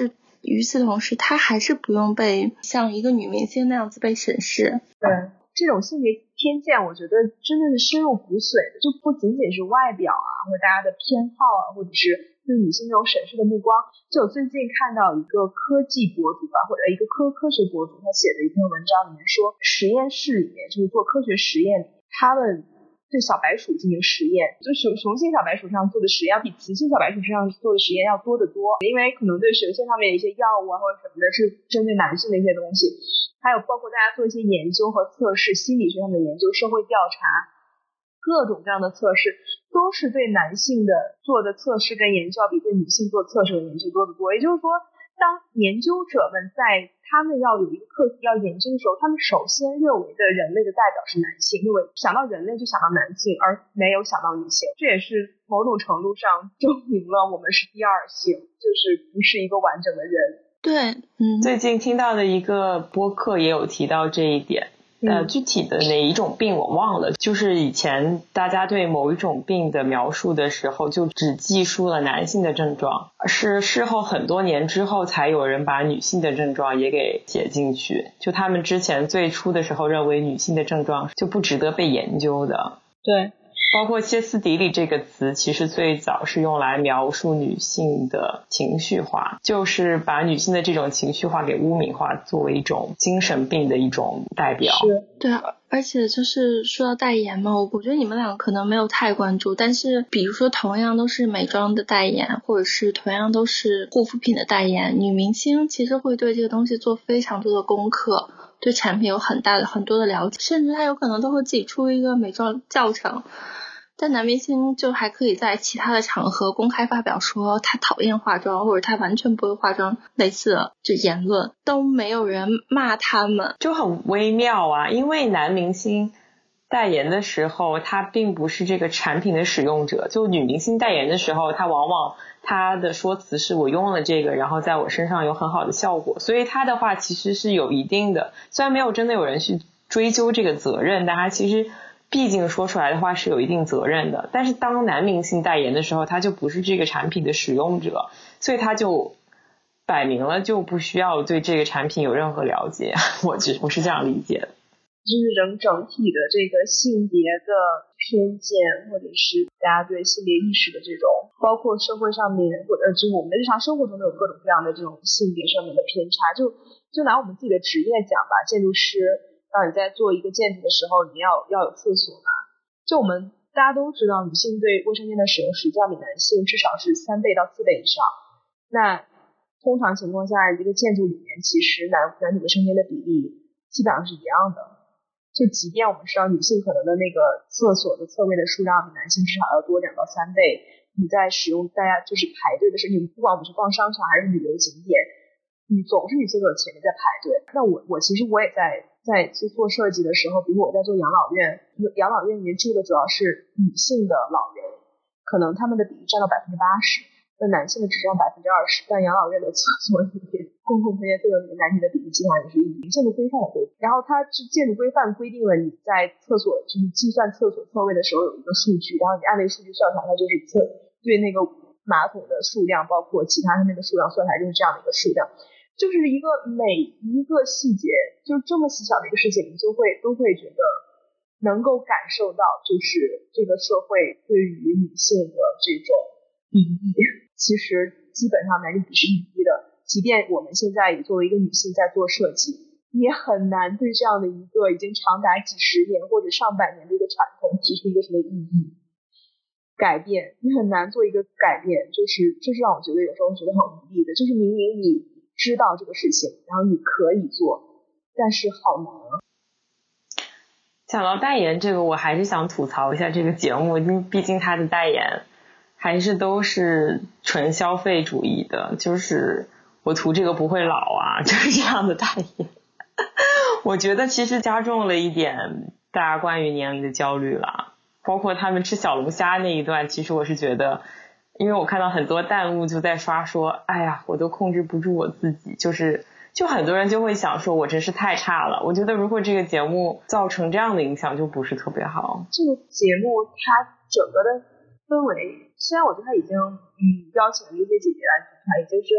与此同时她还是不用被像一个女明星那样子被审视。 对，这种性别偏见我觉得真的是深入骨髓的，就不仅仅是外表啊，或者大家的偏好啊，或者是对女性这种审视的目光。就我最近看到一个科技博主吧，或者一个科科学博主，他写的一篇文章里面说，实验室里面就是做科学实验，他们对小白鼠进行实验，就雄雄性小白鼠上做的实验要比雌性小白鼠身上做的实验要多得多，因为可能对雄性上面一些药物啊或者什么的是针对男性的一些东西，还有包括大家做一些研究和测试，心理学上的研究，社会调查，各种各样的测试都是对男性的做的测试跟研究要比对女性做测试的研究多得多。也就是说，当研究者们在他们要有一个课题要研究的时候，他们首先认为的人类的代表是男性，因为想到人类就想到男性，而没有想到女性。这也是某种程度上证明了我们是第二性，就是不是一个完整的人。 对，嗯， 最近听到的一个播客也有提到这一点。呃，具体的哪一种病我忘了，就是以前大家对某一种病的描述的时候就只记述了男性的症状，是事后很多年之后才有人把女性的症状也给写进去，就他们之前最初的时候认为女性的症状就不值得被研究的。 对， 包括歇斯底里这个词其实最早是用来描述女性的情绪化，就是把女性的这种情绪化给污名化，作为一种精神病的一种代表。 是， 对，而且就是说到代言嘛，我觉得你们两个可能没有太关注，但是比如说同样都是美妆的代言，或者是同样都是护肤品的代言，女明星其实会对这个东西做非常多的功课，对产品有很大的很多的了解，甚至她有可能都会自己出一个美妆教程。但男明星就还可以在其他的场合公开发表说他讨厌化妆，或者他完全不会化妆，类似的这言论都没有人骂他们， 就很微妙啊。因为男明星代言的时候他并不是这个产品的使用者，就女明星代言的时候他往往他的说辞是我用了这个然后在我身上有很好的效果，所以他的话其实是有一定的，虽然没有真的有人去追究这个责任，但他其实毕竟说出来的话是有一定责任的。但是当男明星代言的时候他就不是这个产品的使用者，所以他就摆明了就不需要对这个产品有任何了解。我只我是这样理解的， 就是整整体的这个性别的偏见，或者是大家对性别意识的这种，包括社会上面或者就是我们的日常生活中都有各种各样的这种性别上面的偏差。就就拿我们自己的职业讲吧，建筑师，当你在做一个建筑的时候，你要要有厕所嘛。就我们大家都知道，女性对卫生间的使用实际上比男性至少是三倍到四倍以上。那通常情况下，一个建筑里面其实男男女卫生间的比例基本上是一样的。就即便我们知道女性可能的那个厕所的厕位的数量比男性至少要多两到三倍，你在使用大家就是排队的时候，你不管我们是逛商场还是旅游景点，你总是女厕所前面在排队。那我我其实我也在在做设计的时候，比如我在做养老院，养老院里面住的主要是女性的老人，可能他们的比例占到百分之八十，那男性的只占百分之二十。但养老院的厕所里面，公共空间厕所里面男女的比例基本上也是以建筑规范的规范。然后它是建筑规范规定了你在厕所就是计算厕所厕位的时候有一个数据，然后你按那个数据算出来，它就是厕对那个马桶的数量，包括其他上面的数量算出来就是这样的一个数量。就是一个每一个细节，就这么细小的一个事情，你就会都会觉得能够感受到，就是这个社会对于女性的这种敌意，其实基本上男女比是一比的。即便我们现在也作为一个女性在做设计，也很难对这样的一个已经长达几十年或者上百年的一个传统提出一个什么意义改变，你很难做一个改变。就是这是让我觉得有时候觉得很无力的，就是明明你知道这个事情，然后你可以做，但是好难啊。 讲到代言这个，我还是想吐槽一下这个节目，因为毕竟它的代言还是都是纯消费主义的，就是我涂这个不会老啊，就是这样的代言。我觉得其实加重了一点大家关于年龄的焦虑啦，包括他们吃小龙虾那一段，其实我是觉得，因为我看到很多弹幕就在刷说，哎呀，我都控制不住我自己，就是就很多人就会想说我真是太差了。我觉得如果这个节目造成这样的影响就不是特别好。 这个节目它整个的氛围，虽然我觉得它已经嗯邀请了一些姐姐来主持，已经是很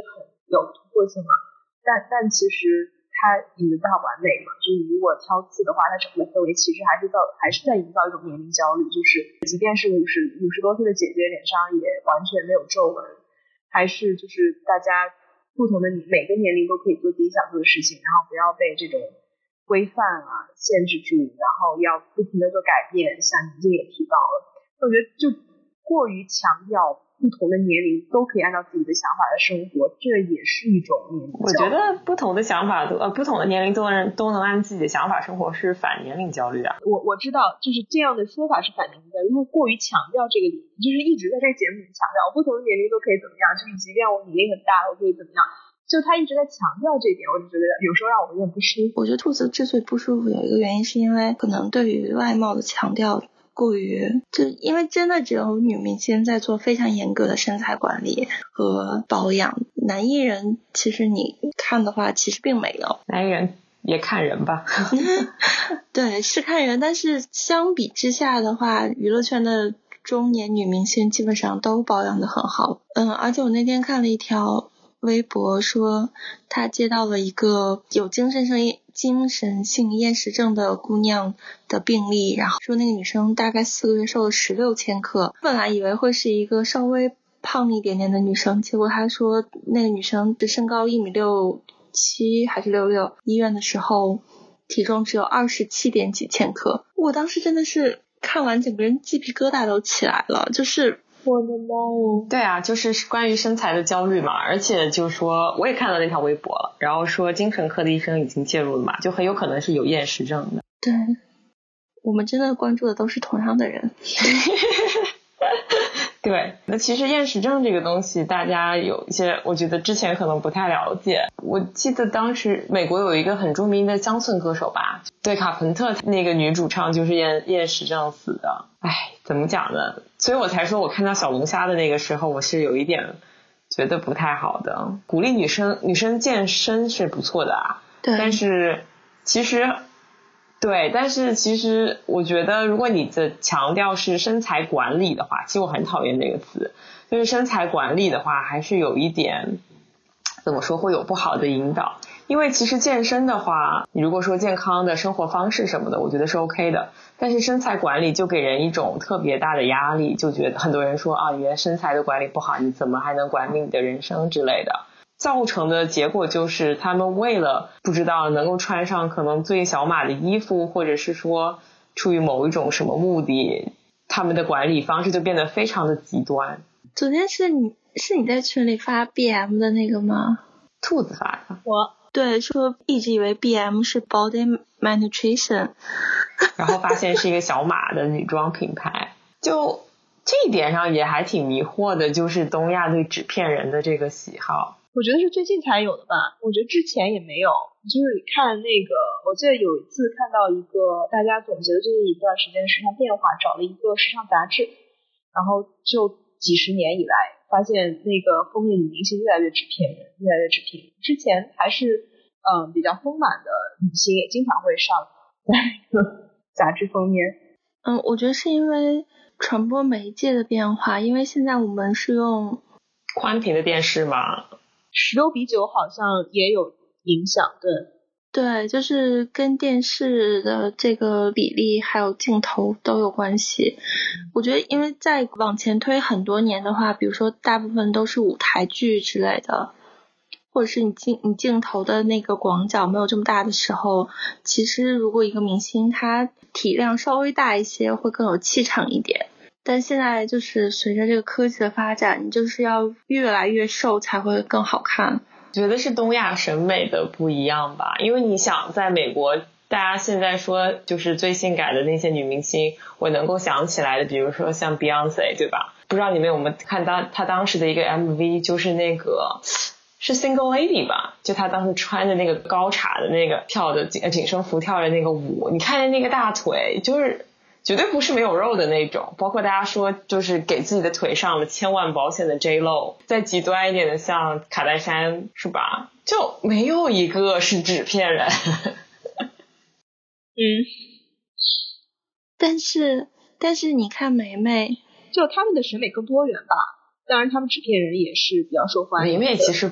有突破性嘛，但但其实它营造完美嘛，就是你如果挑刺的话，它整个氛围其实还是造还是在营造一种年龄焦虑，就是即便是五十五十多岁的姐姐脸上也完全没有皱纹，还是就是大家不同的每个年龄都可以做自己想做的事情，然后不要被这种规范啊限制住，然后要不停的做改变，像你这也提到了，我觉得就过于强调不同的年龄都可以按照自己的想法来生活，这也是一种年龄焦虑。 我觉得不同的想法都呃不同的年龄都能都能按自己的想法生活是反年龄焦虑啊。 我我知道，就是这样的说法是反年龄焦虑，因为过于强调这个理念，就是一直在这个节目里强调不同的年龄都可以怎么样，就是即便我年龄很大我可以怎么样，就他一直在强调这一点，我就觉得有时候让我有点不舒服。 我觉得兔子之所以不舒服有一个原因是因为可能对于外貌的强调过于，就因为真的只有女明星在做非常严格的身材管理和保养，男艺人其实你看的话其实并没有。 男艺人也看人吧。 对，是看人，但是相比之下的话，娱乐圈的中年女明星基本上都保养得很好。嗯，而且我那天看了一条微博说她接到了一个有精神性精神性厌食症的姑娘的病例，然后说那个女生大概四个月瘦了十六千克，本来以为会是一个稍微胖一点点的女生，结果她说那个女生的身高一米六七还是六六，医院的时候体重只有二十七点几千克。我当时真的是看完整个人鸡皮疙瘩都起来了，就是我的妈呀！ 对啊，就是关于身材的焦虑嘛，而且就说我也看到那条微博了，然后说精神科的医生已经介入了嘛，就很有可能是有厌食症的。 对，我们真的关注的都是同样的人。 对，那其实厌食症这个东西大家有一些我觉得之前可能不太了解。我记得当时美国有一个很著名的乡村歌手吧，对，卡朋特那个女主唱就是厌厌食症死的。唉，怎么讲呢，所以我才说我看到小龙虾的那个时候我是有一点觉得不太好的。鼓励女生女生健身是不错的啊， 对， 但是其实对，但是其实我觉得如果你的强调是身材管理的话，其实我很讨厌这个词，就是身材管理的话还是有一点怎么说会有不好的引导。因为其实健身的话，你如果说健康的生活方式什么的我觉得是 OK 的，但是身材管理就给人一种特别大的压力，就觉得很多人说啊，你的身材的管理不好，你怎么还能管理你的人生之类的，造成的结果就是他们为了不知道能够穿上可能最小码的衣服，或者是说出于某一种什么目的，他们的管理方式就变得非常的极端。 昨天是你是你在群里发 B M 的那个吗？ 兔子发的。 我对，说一直以为 B M 是 Body Malnutrition， 然后发现是一个小码的女装品牌。就这一点上也还挺迷惑的，就是东亚对纸片人的这个喜好。 我觉得是最近才有的吧，我觉得之前也没有。就是看那个，我记得有一次看到一个大家总结的最近一段时间的时尚变化，找了一个时尚杂志，然后就几十年以来发现那个封面女明星越来越纸片人，越来越纸片人。之前还是嗯比较丰满的女星也经常会上在那个杂志封面。 嗯，我觉得是因为传播媒介的变化，因为现在我们是用宽屏的电视嘛， 十六比九好像也有影响。对对，就是跟电视的这个比例还有镜头都有关系。我觉得因为再往前推很多年的话，比如说大部分都是舞台剧之类的，或者是你镜你镜头的那个广角没有这么大的时候，其实如果一个明星他体量稍微大一些会更有气场一点。但现在就是随着这个科技的发展，你就是要越来越瘦才会更好看。 觉得是东亚审美的不一样吧。因为你想在美国大家现在说就是最性感的那些女明星，我能够想起来的比如说像 Beyonce 对吧，不知道你们有没有看到她当时的一个 M V， 就是那个是 Single Lady 吧，就她当时穿的那个高叉的那个跳的紧身服跳的那个舞，你看见那个大腿就是绝对不是没有肉的那种，包括大家说就是给自己的腿上了千万保险的 J Lo， 再极端一点的像卡戴珊是吧，就没有一个是纸片人。 嗯， 但是但是你看梅梅， 就他们的审美更多元吧，当然他们纸片人也是比较受欢迎的。 梅梅其实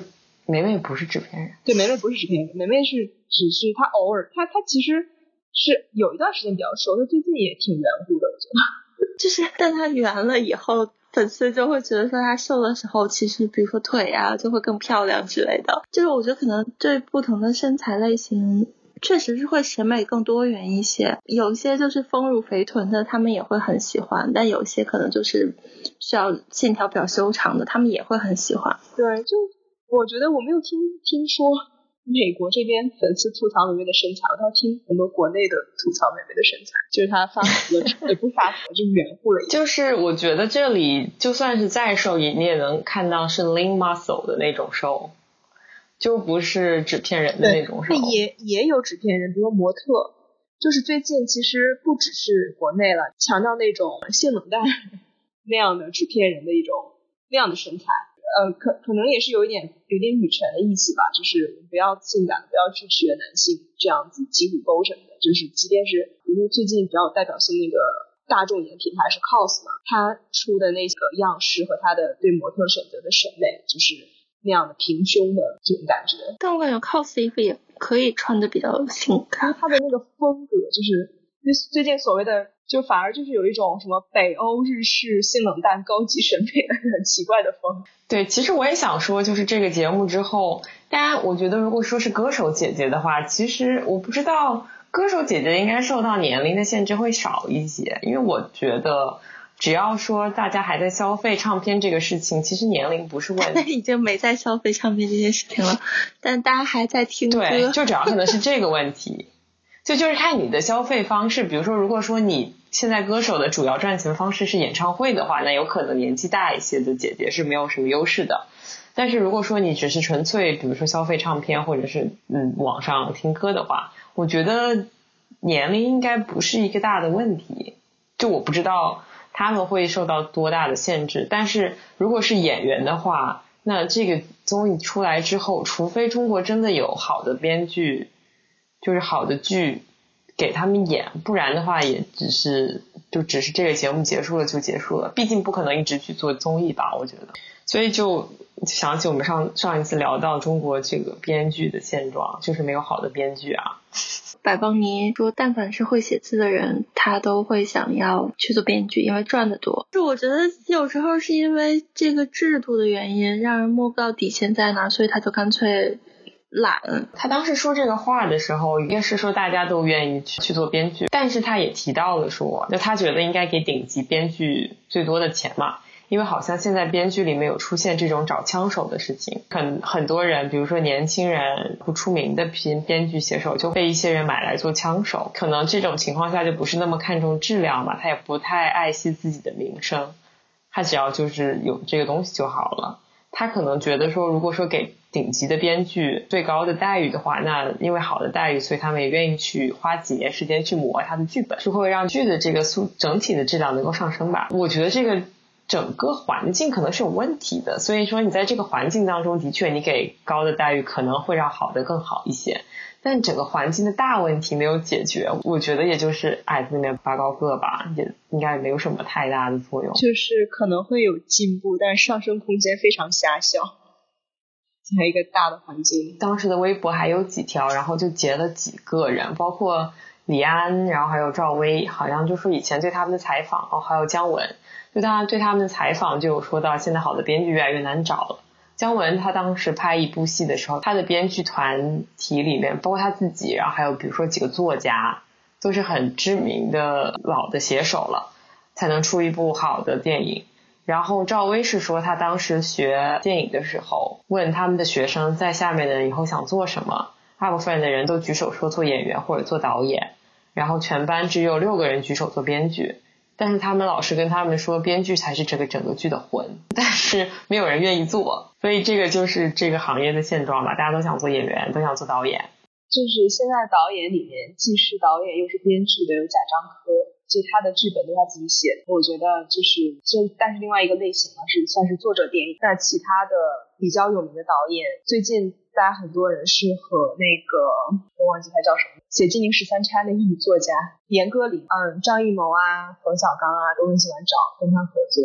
梅梅不是制片人。 对，梅梅不是制片人，梅梅是只是她偶尔，她她其实是有一段时间比较瘦，她最近也挺圆乎的，我觉得。 就是但她圆了以后，粉丝就会觉得说她瘦的时候，其实比如说腿啊就会更漂亮之类的。就是我觉得可能对不同的身材类型确实是会审美更多元一些，有些就是丰乳肥臀的他们也会很喜欢，但有些可能就是需要线条比较修长的他们也会很喜欢。 对，就我觉得我没有听听说美国这边粉丝吐槽梅梅的身材，我倒听很多国内的吐槽梅梅的身材，就是她发福了也不是发福，就圆乎了一点。 就是我觉得这里就算是再瘦你也能看到是 lean muscle 的那种瘦，就不是纸片人的那种瘦。 也也有纸片人，比如说模特，就是最近其实不只是国内了，强调那种性冷淡那样的纸片人的一种那样的身材。呃，可可能也是有一点有点女权的意思吧，就是不要性感，不要去学男性这样子挤乳沟什么的。就是即便是比如说最近比较有代表性那个大众眼品牌是 C O S 嘛，他出的那个样式和他的对模特选择的审美，就是那样的平胸的这种感觉。 但我感觉 C O S 衣服也可以穿的比较性感， 他的那个风格就是最近所谓的。就反而就是有一种什么北欧日式性冷淡高级审美的很奇怪的风。 对，其实我也想说，就是这个节目之后，大家我觉得如果说是歌手姐姐的话，其实我不知道歌手姐姐应该受到年龄的限制会少一些，因为我觉得只要说大家还在消费唱片这个事情，其实年龄不是问题。 已经没在消费唱片这件事情了，但大家还在听歌。 对，就主要可能是这个问题。就就是看你的消费方式，比如说如果说你现在歌手的主要赚钱方式是演唱会的话，那有可能年纪大一些的姐姐是没有什么优势的。但是如果说你只是纯粹比如说消费唱片或者是嗯网上听歌的话，我觉得年龄应该不是一个大的问题。就我不知道他们会受到多大的限制，但是如果是演员的话，那这个综艺出来之后，除非中国真的有好的编剧，就是好的剧给他们演，不然的话也只是就只是这个节目结束了就结束了，毕竟不可能一直去做综艺吧，我觉得。所以就想起我们上上一次聊到中国这个编剧的现状，就是没有好的编剧啊。 百邦尼说但凡是会写字的人他都会想要去做编剧，因为赚得多。就我觉得有时候是因为这个制度的原因让人摸不到底线在哪，所以他就干脆懒。 他当时说这个话的时候应该是说大家都愿意去去做编剧，但是他也提到了说就他觉得应该给顶级编剧最多的钱嘛，因为好像现在编剧里面有出现这种找枪手的事情，很很多人比如说年轻人不出名的编编剧写手就被一些人买来做枪手，可能这种情况下就不是那么看重质量嘛，他也不太爱惜自己的名声，他只要就是有这个东西就好了。他可能觉得说如果说给顶级的编剧最高的待遇的话，那因为好的待遇所以他们也愿意去花几年时间去磨他的剧本，是会让剧的这个素整体的质量能够上升吧。我觉得这个整个环境可能是有问题的，所以说你在这个环境当中的确你给高的待遇可能会让好的更好一些，但整个环境的大问题没有解决，我觉得也就是矮子里面拔高个吧，也应该没有什么太大的作用， 就是可能会有进步，但是上升空间非常狭小，在一个大的环境。 当时的微博还有几条，然后就截了几个人，包括李安，然后还有赵薇，好像就说以前对他们的采访，哦，还有姜文，就他对他们的采访就有说到现在好的编剧越来越难找了。姜文他当时拍一部戏的时候，他的编剧团体里面包括他自己，然后还有比如说几个作家都是很知名的老的写手了，才能出一部好的电影。然后赵薇是说他当时学电影的时候问他们的学生在下面的人以后想做什么，大部分的人都举手说做演员或者做导演，然后全班只有六个人举手做编剧，但是他们老师跟他们说编剧才是这个整个剧的魂，但是没有人愿意做，所以这个就是这个行业的现状吧，大家都想做演员，都想做导演。 就是现在导演里面既是导演又是编剧的有贾樟柯，就他的剧本都是他自己写的，我觉得就是就但是另外一个类型嘛是算是作者电影。那其他的比较有名的导演，最近大家很多人是和那个我忘记他叫什么写《金陵十三钗》那个女作家严歌苓，嗯，张艺谋啊冯小刚啊都很喜欢找跟他合作，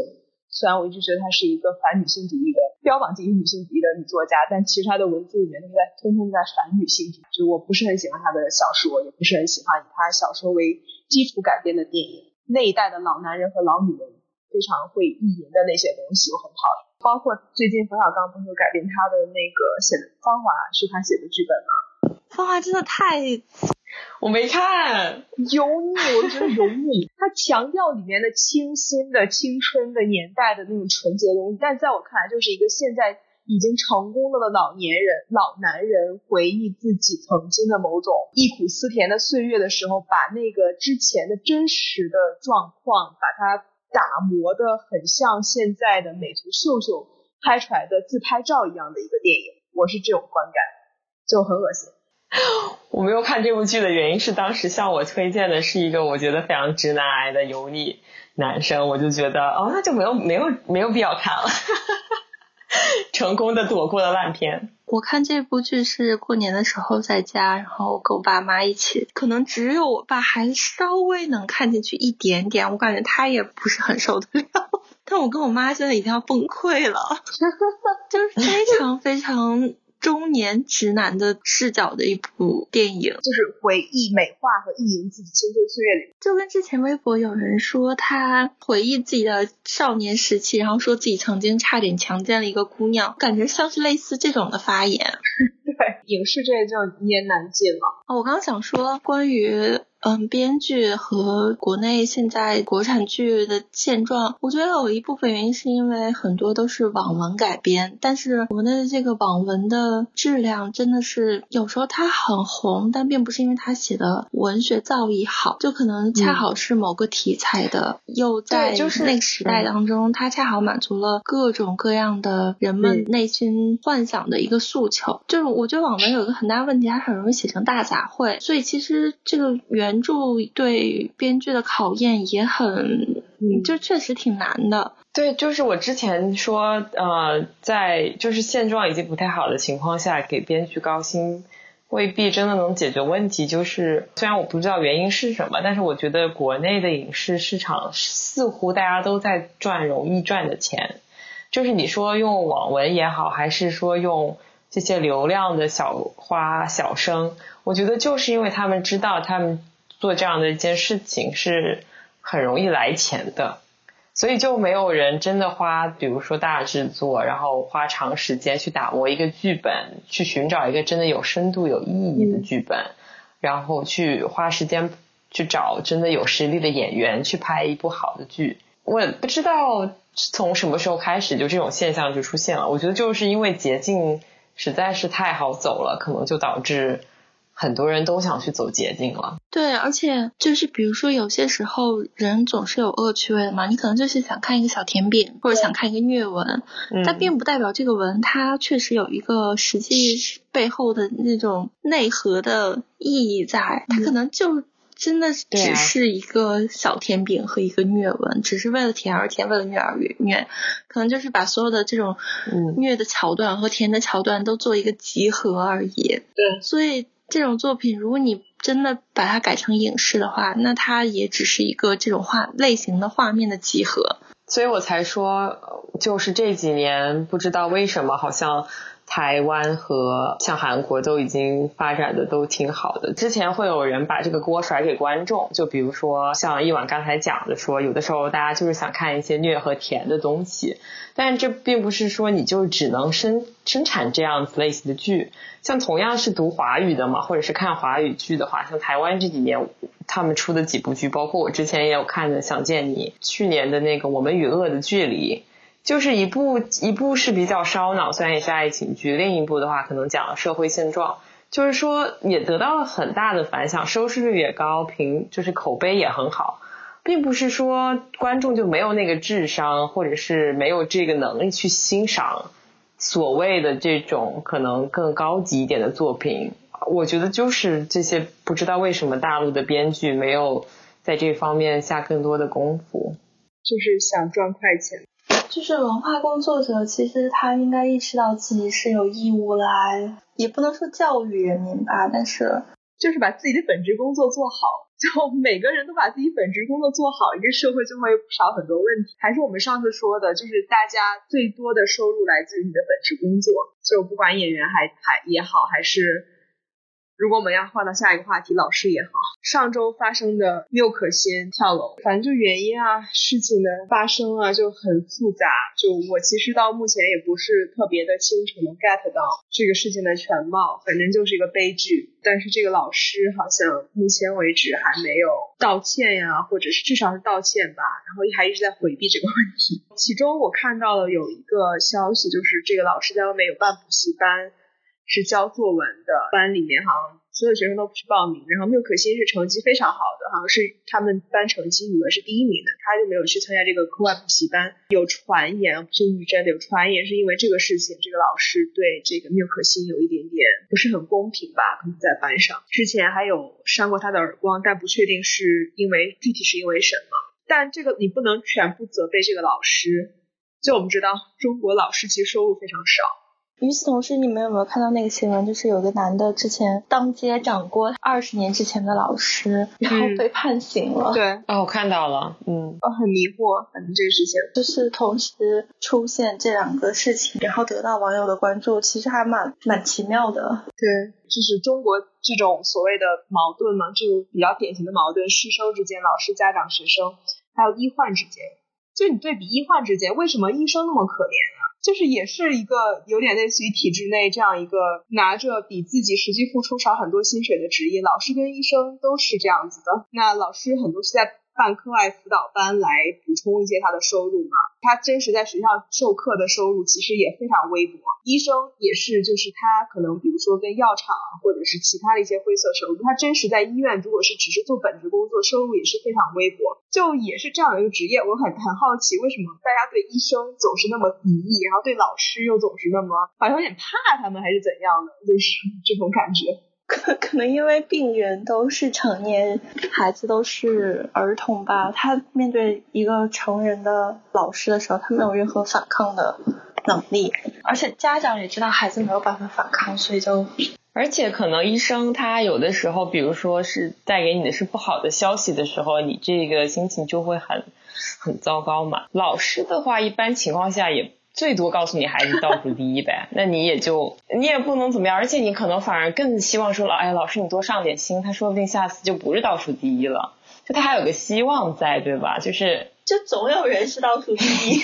虽然我一直觉得她是一个反女性主义的标榜自己女性主义的女作家，但其实她的文字里面都在通通在反女性主义。就是我不是很喜欢她的小说，也不是很喜欢以她小说为基础改编的电影，那一代的老男人和老女人非常会意淫的那些东西我很讨厌。包括最近冯小刚不是改编他的那个写的《芳华》，是他写的剧本吗？ 芳华真的太我没看， 油腻，我觉得油腻。他强调里面的清新的青春的年代的那种纯洁的东西，但在我看来就是一个现在已经成功了的老年人老男人回忆自己曾经的某种忆苦思甜的岁月的时候，把那个之前的真实的状况把它打磨的很像现在的美图秀秀拍出来的自拍照一样的一个电影，我是这种观感，就很恶心。 我没有看这部剧的原因是当时向我推荐的是一个我觉得非常直男癌的油腻男生，我就觉得哦，那就没有没有没有必要看了成功的躲过了烂片。 我看这部剧是过年的时候在家，然后跟我爸妈一起，可能只有我爸还稍微能看进去一点点，我感觉他也不是很受得了，但我跟我妈现在已经要崩溃了就是非常非常中年直男的视角的一部电影， 就是回忆美化和意淫自己青春岁月里。 就跟之前微博有人说他回忆自己的少年时期，然后说自己曾经差点强奸了一个姑娘，感觉像是类似这种的发言对，影视这就一言难尽了。 哦，我刚刚想说关于嗯，编剧和国内现在国产剧的现状，我觉得有一部分原因是因为很多都是网文改编，但是国内的这个网文的质量真的是有时候它很红，但并不是因为它写的文学造诣好，就可能恰好是某个题材的，嗯、又在那个时代当中，它恰好满足了各种各样的人们内心幻想的一个诉求。就是我觉得网文有一个很大问题，它很容易写成大杂烩，所以其实这个原原著对编剧的考验也很，就确实挺难的。 对，就是我之前说呃，在就是现状已经不太好的情况下给编剧高薪未必真的能解决问题。就是虽然我不知道原因是什么，但是我觉得国内的影视市场似乎大家都在赚容易赚的钱，就是你说用网文也好，还是说用这些流量的小花小生，我觉得就是因为他们知道他们做这样的一件事情是很容易来钱的，所以就没有人真的花比如说大制作，然后花长时间去打磨一个剧本，去寻找一个真的有深度有意义的剧本、嗯、然后去花时间去找真的有实力的演员去拍一部好的剧。我不知道从什么时候开始就这种现象就出现了，我觉得就是因为捷径实在是太好走了，可能就导致很多人都想去走捷径了。 对，而且就是比如说有些时候人总是有恶趣味的嘛，你可能就是想看一个小甜饼或者想看一个虐文、嗯、但并不代表这个文它确实有一个实际背后的那种内核的意义在，它可能就真的只是一个小甜饼和一个虐文、啊、只是为了甜而甜，为了虐而虐，可能就是把所有的这种虐的桥段和甜的桥段都做一个集合而已。 对， 所以这种作品如果你真的把它改成影视的话，那它也只是一个这种画类型的画面的集合。 所以我才说就是这几年不知道为什么好像台湾和像韩国都已经发展的都挺好的，之前会有人把这个锅甩给观众，就比如说像一婉刚才讲的说有的时候大家就是想看一些虐和甜的东西，但是这并不是说你就只能生生产这样子类型的剧。像同样是读华语的嘛，或者是看华语剧的话，像台湾这几年他们出的几部剧，包括我之前也有看的《想见你》，去年的那个《我们与恶的距离》，就是一部一部是比较烧脑，虽然也是爱情剧，另一部的话可能讲了社会现状，就是说也得到了很大的反响，收视率也高，评就是口碑也很好，并不是说观众就没有那个智商或者是没有这个能力去欣赏所谓的这种可能更高级一点的作品。我觉得就是这些不知道为什么大陆的编剧没有在这方面下更多的功夫， 就是想赚快钱。 就是文化工作者其实他应该意识到自己是有义务来，也不能说教育人民吧，但是就是把自己的本职工作做好， 就每个人都把自己本职工作做好，一个社会就会少很多问题。还是我们上次说的，就是大家最多的收入来自于你的本职工作，就不管演员还还也好，还是如果我们要换到下一个话题，老师也好。上周发生的缪可欣跳楼，反正就原因啊，事情的发生啊就很复杂，就我其实到目前也不是特别的清楚能 get 到这个事情的全貌，反正就是一个悲剧。但是这个老师好像目前为止还没有道歉呀，或者是至少是道歉吧，然后还一直在回避这个问题。其中我看到了有一个消息，就是这个老师在外面有办补习班，是教作文的，班里面好像所有学生都不去报名，然后缪可欣是成绩非常好的，好像是他们班成绩语文是第一名的，他就没有去参加这个课外补习班。有传言，就语真的有传言是因为这个事情，这个老师对这个缪可欣有一点点不是很公平吧，可能在班上之前还有扇过他的耳光，但不确定是因为具体是因为什么。但这个你不能全部责备这个老师，就我们知道中国老师其实收入非常少。 与此同时，你们有没有看到那个新闻，就是有个男的之前当街掌过二十年之前的老师，然后被判刑了。 嗯、对， 哦，我看到了，嗯， 哦，很迷惑，反正这个事情就是同时出现这两个事情，然后得到网友的关注，其实还蛮蛮奇妙的。 对，就是中国这种所谓的矛盾嘛，这种比较典型的矛盾，师生之间、老师、家长、学生，还有医患之间。就你对比医患之间，为什么医生那么可怜啊？就是也是一个有点类似于体制内这样一个拿着比自己实际付出少很多薪水的职业，老师跟医生都是这样子的。那老师很多是在办课外辅导班来补充一些他的收入嘛，他真实在学校授课的收入其实也非常微薄。医生也是，就是他可能比如说跟药厂或者是其他的一些灰色收入，他真实在医院如果是只是做本职工作，收入也是非常微薄。就也是这样的一个职业，我很很好奇为什么大家对医生总是那么敌意，然后对老师又总是那么好像有点怕他们还是怎样的，就是这种感觉。 可可能因为病人都是成年，孩子都是儿童吧，他面对一个成人的老师的时候，他没有任何反抗的能力，而且家长也知道孩子没有办法反抗，所以就而且可能医生他有的时候比如说是带给你的是不好的消息的时候，你这个心情就会很很糟糕嘛。老师的话一般情况下也最多告诉你孩子倒数第一呗，那你也就你也不能怎么样，而且你可能反而更希望说了，哎，老师你多上点心，他说不定下次就不是倒数第一了，就他还有个希望在，对吧？就是就总有人是倒数第一。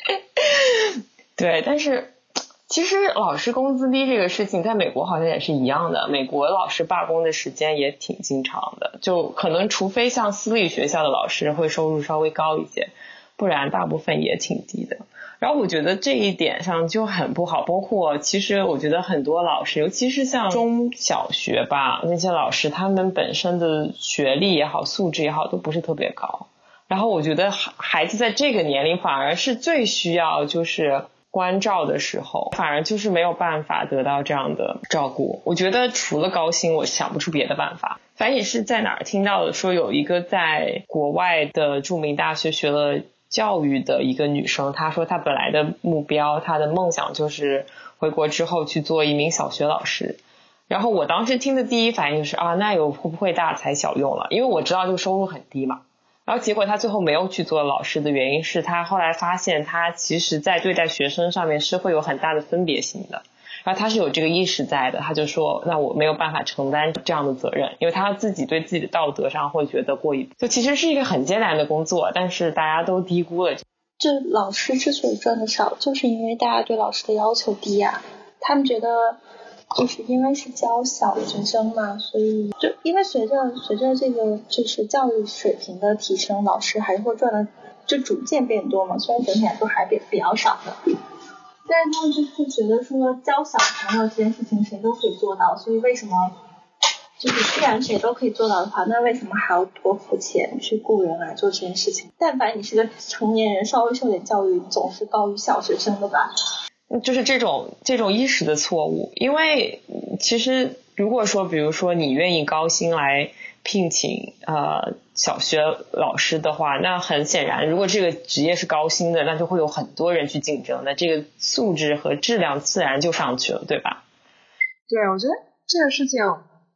对，但是其实老师工资低这个事情在美国好像也是一样的，美国老师罢工的时间也挺经常的，就可能除非像私立学校的老师会收入稍微高一些，不然大部分也挺低的。然后我觉得这一点上就很不好，包括其实我觉得很多老师，尤其是像中小学吧，那些老师他们本身的学历也好素质也好都不是特别高，然后我觉得孩子在这个年龄反而是最需要就是关照的时候，反而就是没有办法得到这样的照顾。我觉得除了高薪我想不出别的办法。反正也是在哪儿听到的，说有一个在国外的著名大学学了教育的一个女生，她说她本来的目标，她的梦想就是回国之后去做一名小学老师。然后我当时听的第一反应就是啊，那有会不会大材小用了，因为我知道这个收入很低嘛。然后结果他最后没有去做老师的原因是他后来发现他其实在对待学生上面是会有很大的分别心的，然后他是有这个意识在的，他就说那我没有办法承担这样的责任，因为他自己对自己的道德上会觉得过于，就其实是一个很艰难的工作，但是大家都低估了。 就老师之所以赚的少，就是因为大家对老师的要求低啊，他们觉得就是因为是教小学生嘛，所以就因为随着随着这个就是教育水平的提升，老师还是会赚的就逐渐变多嘛，虽然整体来说还比比较少的，但是他们就是觉得说教小朋友这件事情谁都可以做到，所以为什么就是既然谁都可以做到的话，那为什么还要多付钱去雇人来做这件事情？但凡你是个成年人，稍微受点教育总是高于小学生的吧。 就是这种这种意识的错误，因为其实如果说比如说你愿意高薪来聘请呃小学老师的话，那很显然如果这个职业是高薪的，那就会有很多人去竞争，那这个素质和质量自然就上去了，对吧？ 对，我觉得这个事情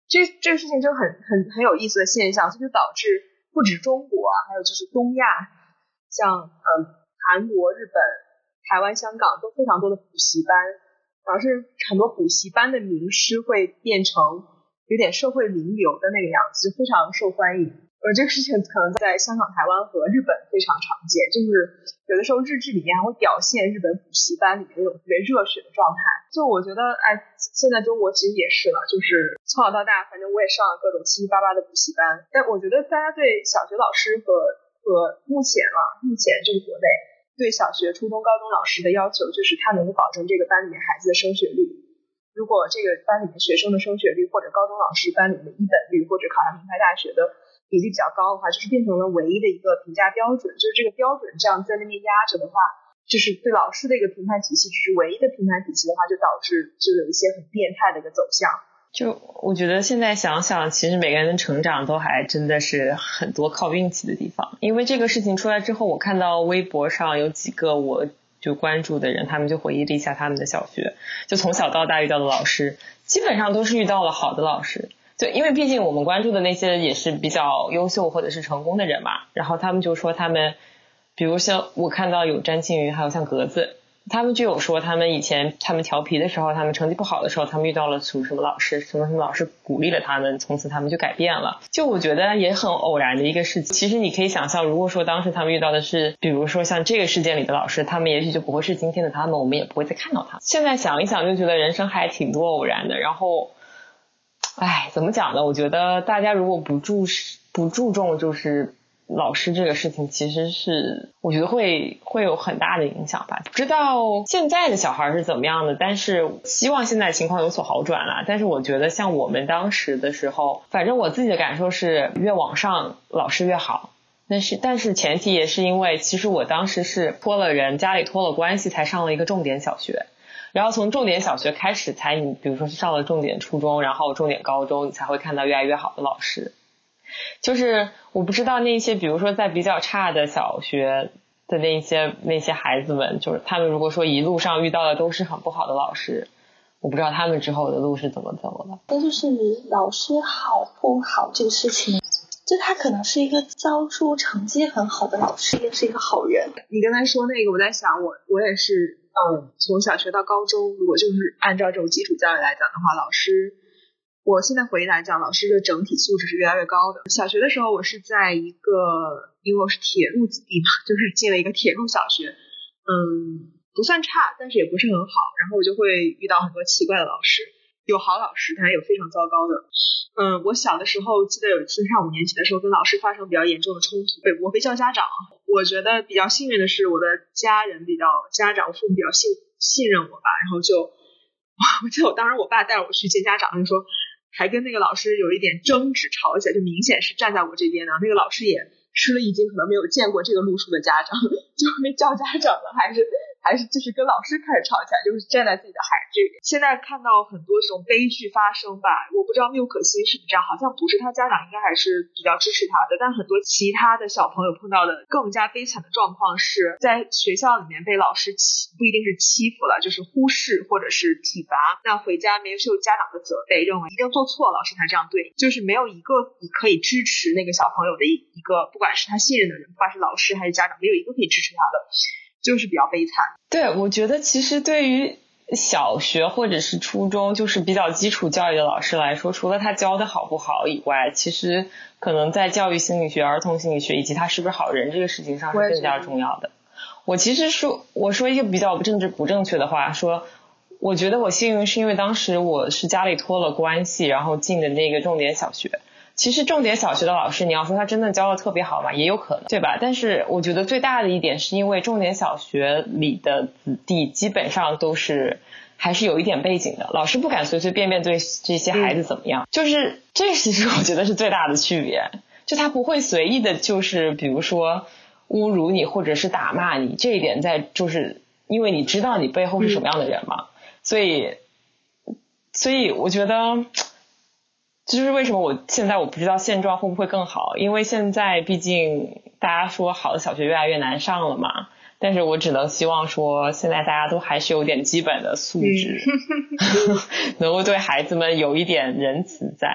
这这个事情就很很很有意思的现象，这就导致不止中国啊，还有就是东亚，像嗯韩国、日本、台湾、香港都非常多的补习班，导致很多补习班的名师会变成有点社会名流的那个样子，就非常受欢迎。而这个事情可能在香港、台湾和日本非常常见，就是有的时候日志里面还会表现日本补习班里面那种特别热血的状态。就我觉得哎，现在中国其实也是了，就是从小到大反正我也上了各种七七八八的补习班，但我觉得大家对小学老师和和目前啊目前这个国内对小学、初中、高中老师的要求就是他能够保证这个班里面孩子的升学率。如果这个班里面学生的升学率，或者高中老师班里面的一本率，或者考上名牌大学的比例比较高的话，就是变成了唯一的一个评价标准。就是这个标准这样在那边压着的话，就是对老师的一个评判体系只是唯一的评判体系的话，就导致就有一些很变态的一个走向。 就我觉得现在想想，其实每个人的成长都还真的是很多靠运气的地方。因为这个事情出来之后，我看到微博上有几个我就关注的人，他们就回忆了一下他们的小学，就从小到大遇到的老师基本上都是遇到了好的老师。就因为毕竟我们关注的那些也是比较优秀或者是成功的人嘛，然后他们就说他们比如像我看到有詹庆瑜还有像格子，他们就有说他们以前他们调皮的时候，他们成绩不好的时候，他们遇到了什么什么老师，什么什么老师鼓励了他们，从此他们就改变了。就我觉得也很偶然的一个事情。其实你可以想象，如果说当时他们遇到的是比如说像这个事件里的老师，他们也许就不会是今天的他们，我们也不会再看到他。现在想一想就觉得人生还挺多偶然的。然后哎，怎么讲呢，我觉得大家如果不注不注重就是老师这个事情，其实是我觉得会会有很大的影响吧。不知道现在的小孩是怎么样的，但是希望现在情况有所好转啦。但是我觉得像我们当时的时候，反正我自己的感受是越往上老师越好。但是但是前提也是因为其实我当时是托了人，家里托了关系才上了一个重点小学。然后从重点小学开始才你比如说是上了重点初中，然后重点高中，你才会看到越来越好的老师。就是我不知道那些比如说在比较差的小学的那些那些孩子们，就是他们如果说一路上遇到的都是很不好的老师，我不知道他们之后的路是怎么走的。 这就是老师好不好这个事情，就他可能是一个教书成绩很好的老师，也是一个好人。 你刚才说那个，我在想我我也是嗯，从小学到高中，如果就是按照这种基础教育来讲的话，老师我现在回忆来讲，老师的整体素质是越来越高的。小学的时候我是在一个，因为我是铁路子弟嘛，就是进了一个铁路小学，嗯，不算差，但是也不是很好，然后我就会遇到很多奇怪的老师，有好老师，但也有非常糟糕的。嗯，我小的时候记得有一次上五年级的时候跟老师发生比较严重的冲突，被我被叫家长。我觉得比较幸运的是我的家人比较家长父母比较信信任我吧，然后就我记得我当时我爸带我去见家长，就说还跟那个老师有一点争执吵起来，就明显是站在我这边的。那个老师也吃了一惊，可能没有见过这个路数的家长，就被叫家长了，还是还是就是跟老师开始吵起来，就是站在自己的孩子这边。现在看到很多这种悲剧发生吧，我不知道缪可欣是不是这样，好像不是，他家长应该还是比较支持他的。但很多其他的小朋友碰到的更加悲惨的状况是在学校里面被老师欺，不一定是欺负了，就是忽视或者是体罚，那回家没有受家长的责备，认为一定做错老师才这样对，就是没有一个可以支持那个小朋友的一一个，不管是他信任的人，不管是老师还是家长，没有一个可以支持他的，就是比较悲惨。 对，我觉得其实对于小学或者是初中就是比较基础教育的老师来说，除了他教的好不好以外，其实可能在教育心理学、儿童心理学以及他是不是好人这个事情上是更加重要的。我其实说我说一个比较政治不正确的话，说我觉得我幸运是因为当时我是家里托了关系，然后进的那个重点小学。其实重点小学的老师，你要说他真的教的特别好嘛，也有可能，对吧？但是我觉得最大的一点是因为重点小学里的子弟基本上都是还是有一点背景的，老师不敢随随便便对这些孩子怎么样，嗯、就是这其实我觉得是最大的区别，就他不会随意的，就是比如说侮辱你或者是打骂你，这一点在就是因为你知道你背后是什么样的人嘛，嗯、所以所以我觉得。这就是为什么我现在我不知道现状会不会更好，因为现在毕竟大家说好的小学越来越难上了嘛，但是我只能希望说现在大家都还是有点基本的素质，能够对孩子们有一点仁慈在。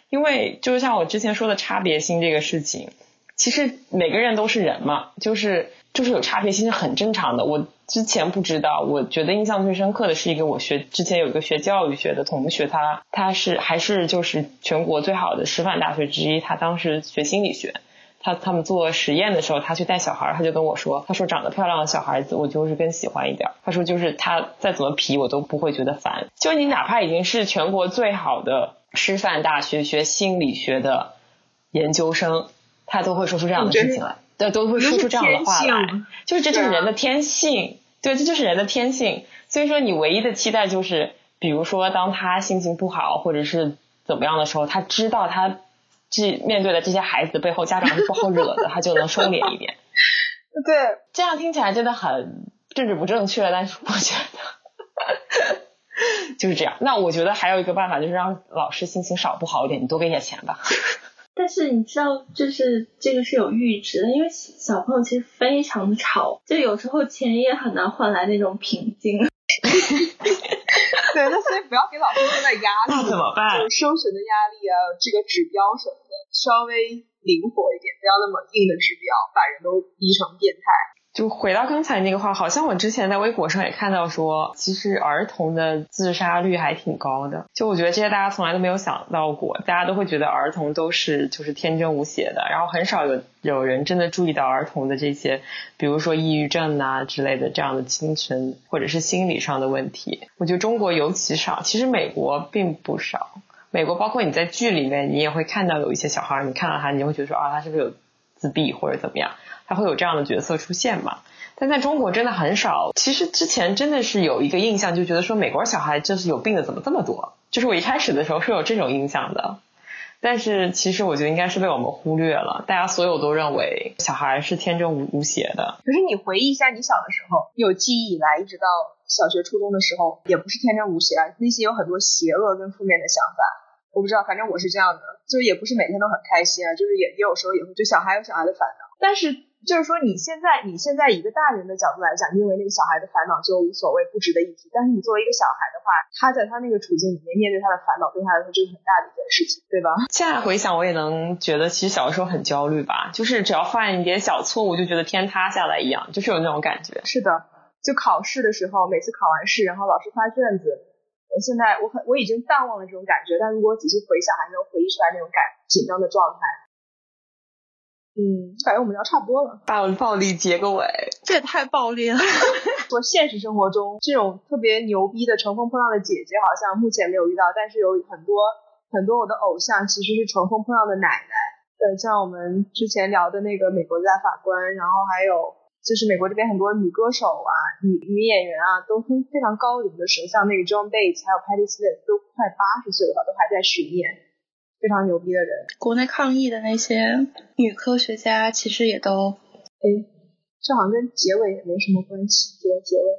因为就像我之前说的差别心这个事情，其实每个人都是人嘛，就是就是有差别心是很正常的。我之前不知道，我觉得印象最深刻的是一个我学之前有一个学教育学的同学，他他是还是就是全国最好的师范大学之一，他当时学心理学。他他们做实验的时候，他去带小孩，他就跟我说，他说长得漂亮的小孩子我就是更喜欢一点，他说就是他再怎么皮我都不会觉得烦，就你哪怕已经是全国最好的师范大学学心理学的研究生，他都会说出这样的事情来，对，都会说出这样的话来，就是这就是人的天性，对，这就是人的天性。所以说你唯一的期待就是，比如说当他心情不好或者是怎么样的时候，他知道他这面对的这些孩子背后家长是不好惹的，他就能收敛一点。 对， 这样听起来真的很政治不正确，但是我觉得就是这样。那我觉得还有一个办法就是让老师心情少不好一点，你多给点钱吧。 但是你知道，就是这个是有阈值的，因为小朋友其实非常的吵，就有时候钱也很难换来那种平静。 对，那所以不要给老师现在压力， 那怎么办？ 就是收学的压力啊，这个指标什么的，稍微灵活一点，不要那么硬的指标，把人都逼成变态。 就回到刚才那个话，好像我之前在微博上也看到说，其实儿童的自杀率还挺高的。就我觉得这些大家从来都没有想到过，大家都会觉得儿童都是就是天真无邪的，然后很少有有人真的注意到儿童的这些，比如说抑郁症啊之类的这样的精神或者是心理上的问题。我觉得中国尤其少，其实美国并不少。美国包括你在剧里面，你也会看到有一些小孩，你看到他，你就会觉得说啊，他是不是有自闭或者怎么样。他会有这样的角色出现嘛？但在中国真的很少。其实之前真的是有一个印象，就觉得说美国小孩就是有病的怎么这么多，就是我一开始的时候是有这种印象的。但是其实我觉得应该是被我们忽略了，大家所有都认为小孩是天真无无邪的。 可是你回忆一下你小的时候，有记忆以来一直到小学初中的时候，也不是天真无邪啊，内心有很多邪恶跟负面的想法。我不知道，反正我是这样的，就是也不是每天都很开心啊，就是也也有时候也会就小孩有小孩的烦恼。但是就是说你现在你现在一个大人的角度来讲，因为那个小孩的烦恼就无所谓不值得一提，但是你作为一个小孩的话，他在他那个处境里面面对他的烦恼，对他来说就是很大的一件事情，对吧？ 现在回想我也能觉得其实小的时候很焦虑吧，就是只要犯一点小错误就觉得天塌下来一样，就是有那种感觉。 是的，就考试的时候，每次考完试然后老师发卷子，现在我很我已经淡忘了这种感觉，但如果仔细回想还能回忆出来那种感紧张的状态。嗯，感觉我们聊差不多了， 暴暴力结个尾， 这也太暴力了。 说现实生活中这种特别牛逼的乘风破浪的姐姐好像目前没有遇到，但是有很多很多我的偶像其实是乘风破浪的奶奶。对，像我们之前聊的那个美国的大法官，然后还有就是美国这边很多女歌手啊、女女演员啊，都非常高龄的时候，像那个 Joan Baez 还有 Patti Smith 都快八十岁了吧，都还在巡演，非常牛逼的人。 国内抗疫的那些女科学家其实也都， 哎，这好像跟结尾也没什么关系，做结尾。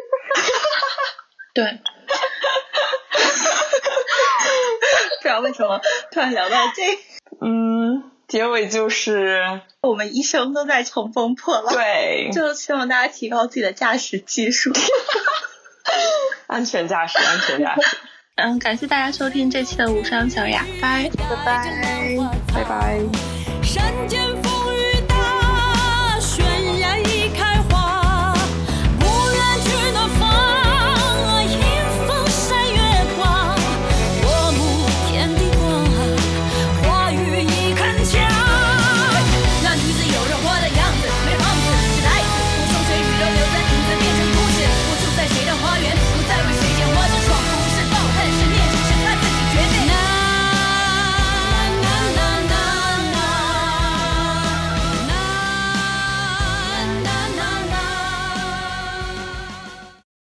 对。不知道为什么突然聊到这。 嗯，结尾就是我们一生都在乘风破浪。 对， 就希望大家提高自己的驾驶技术。 安全驾驶，安全驾驶。 嗯，感谢大家收听这期的无伤小雅，拜拜拜， 拜拜。 山间风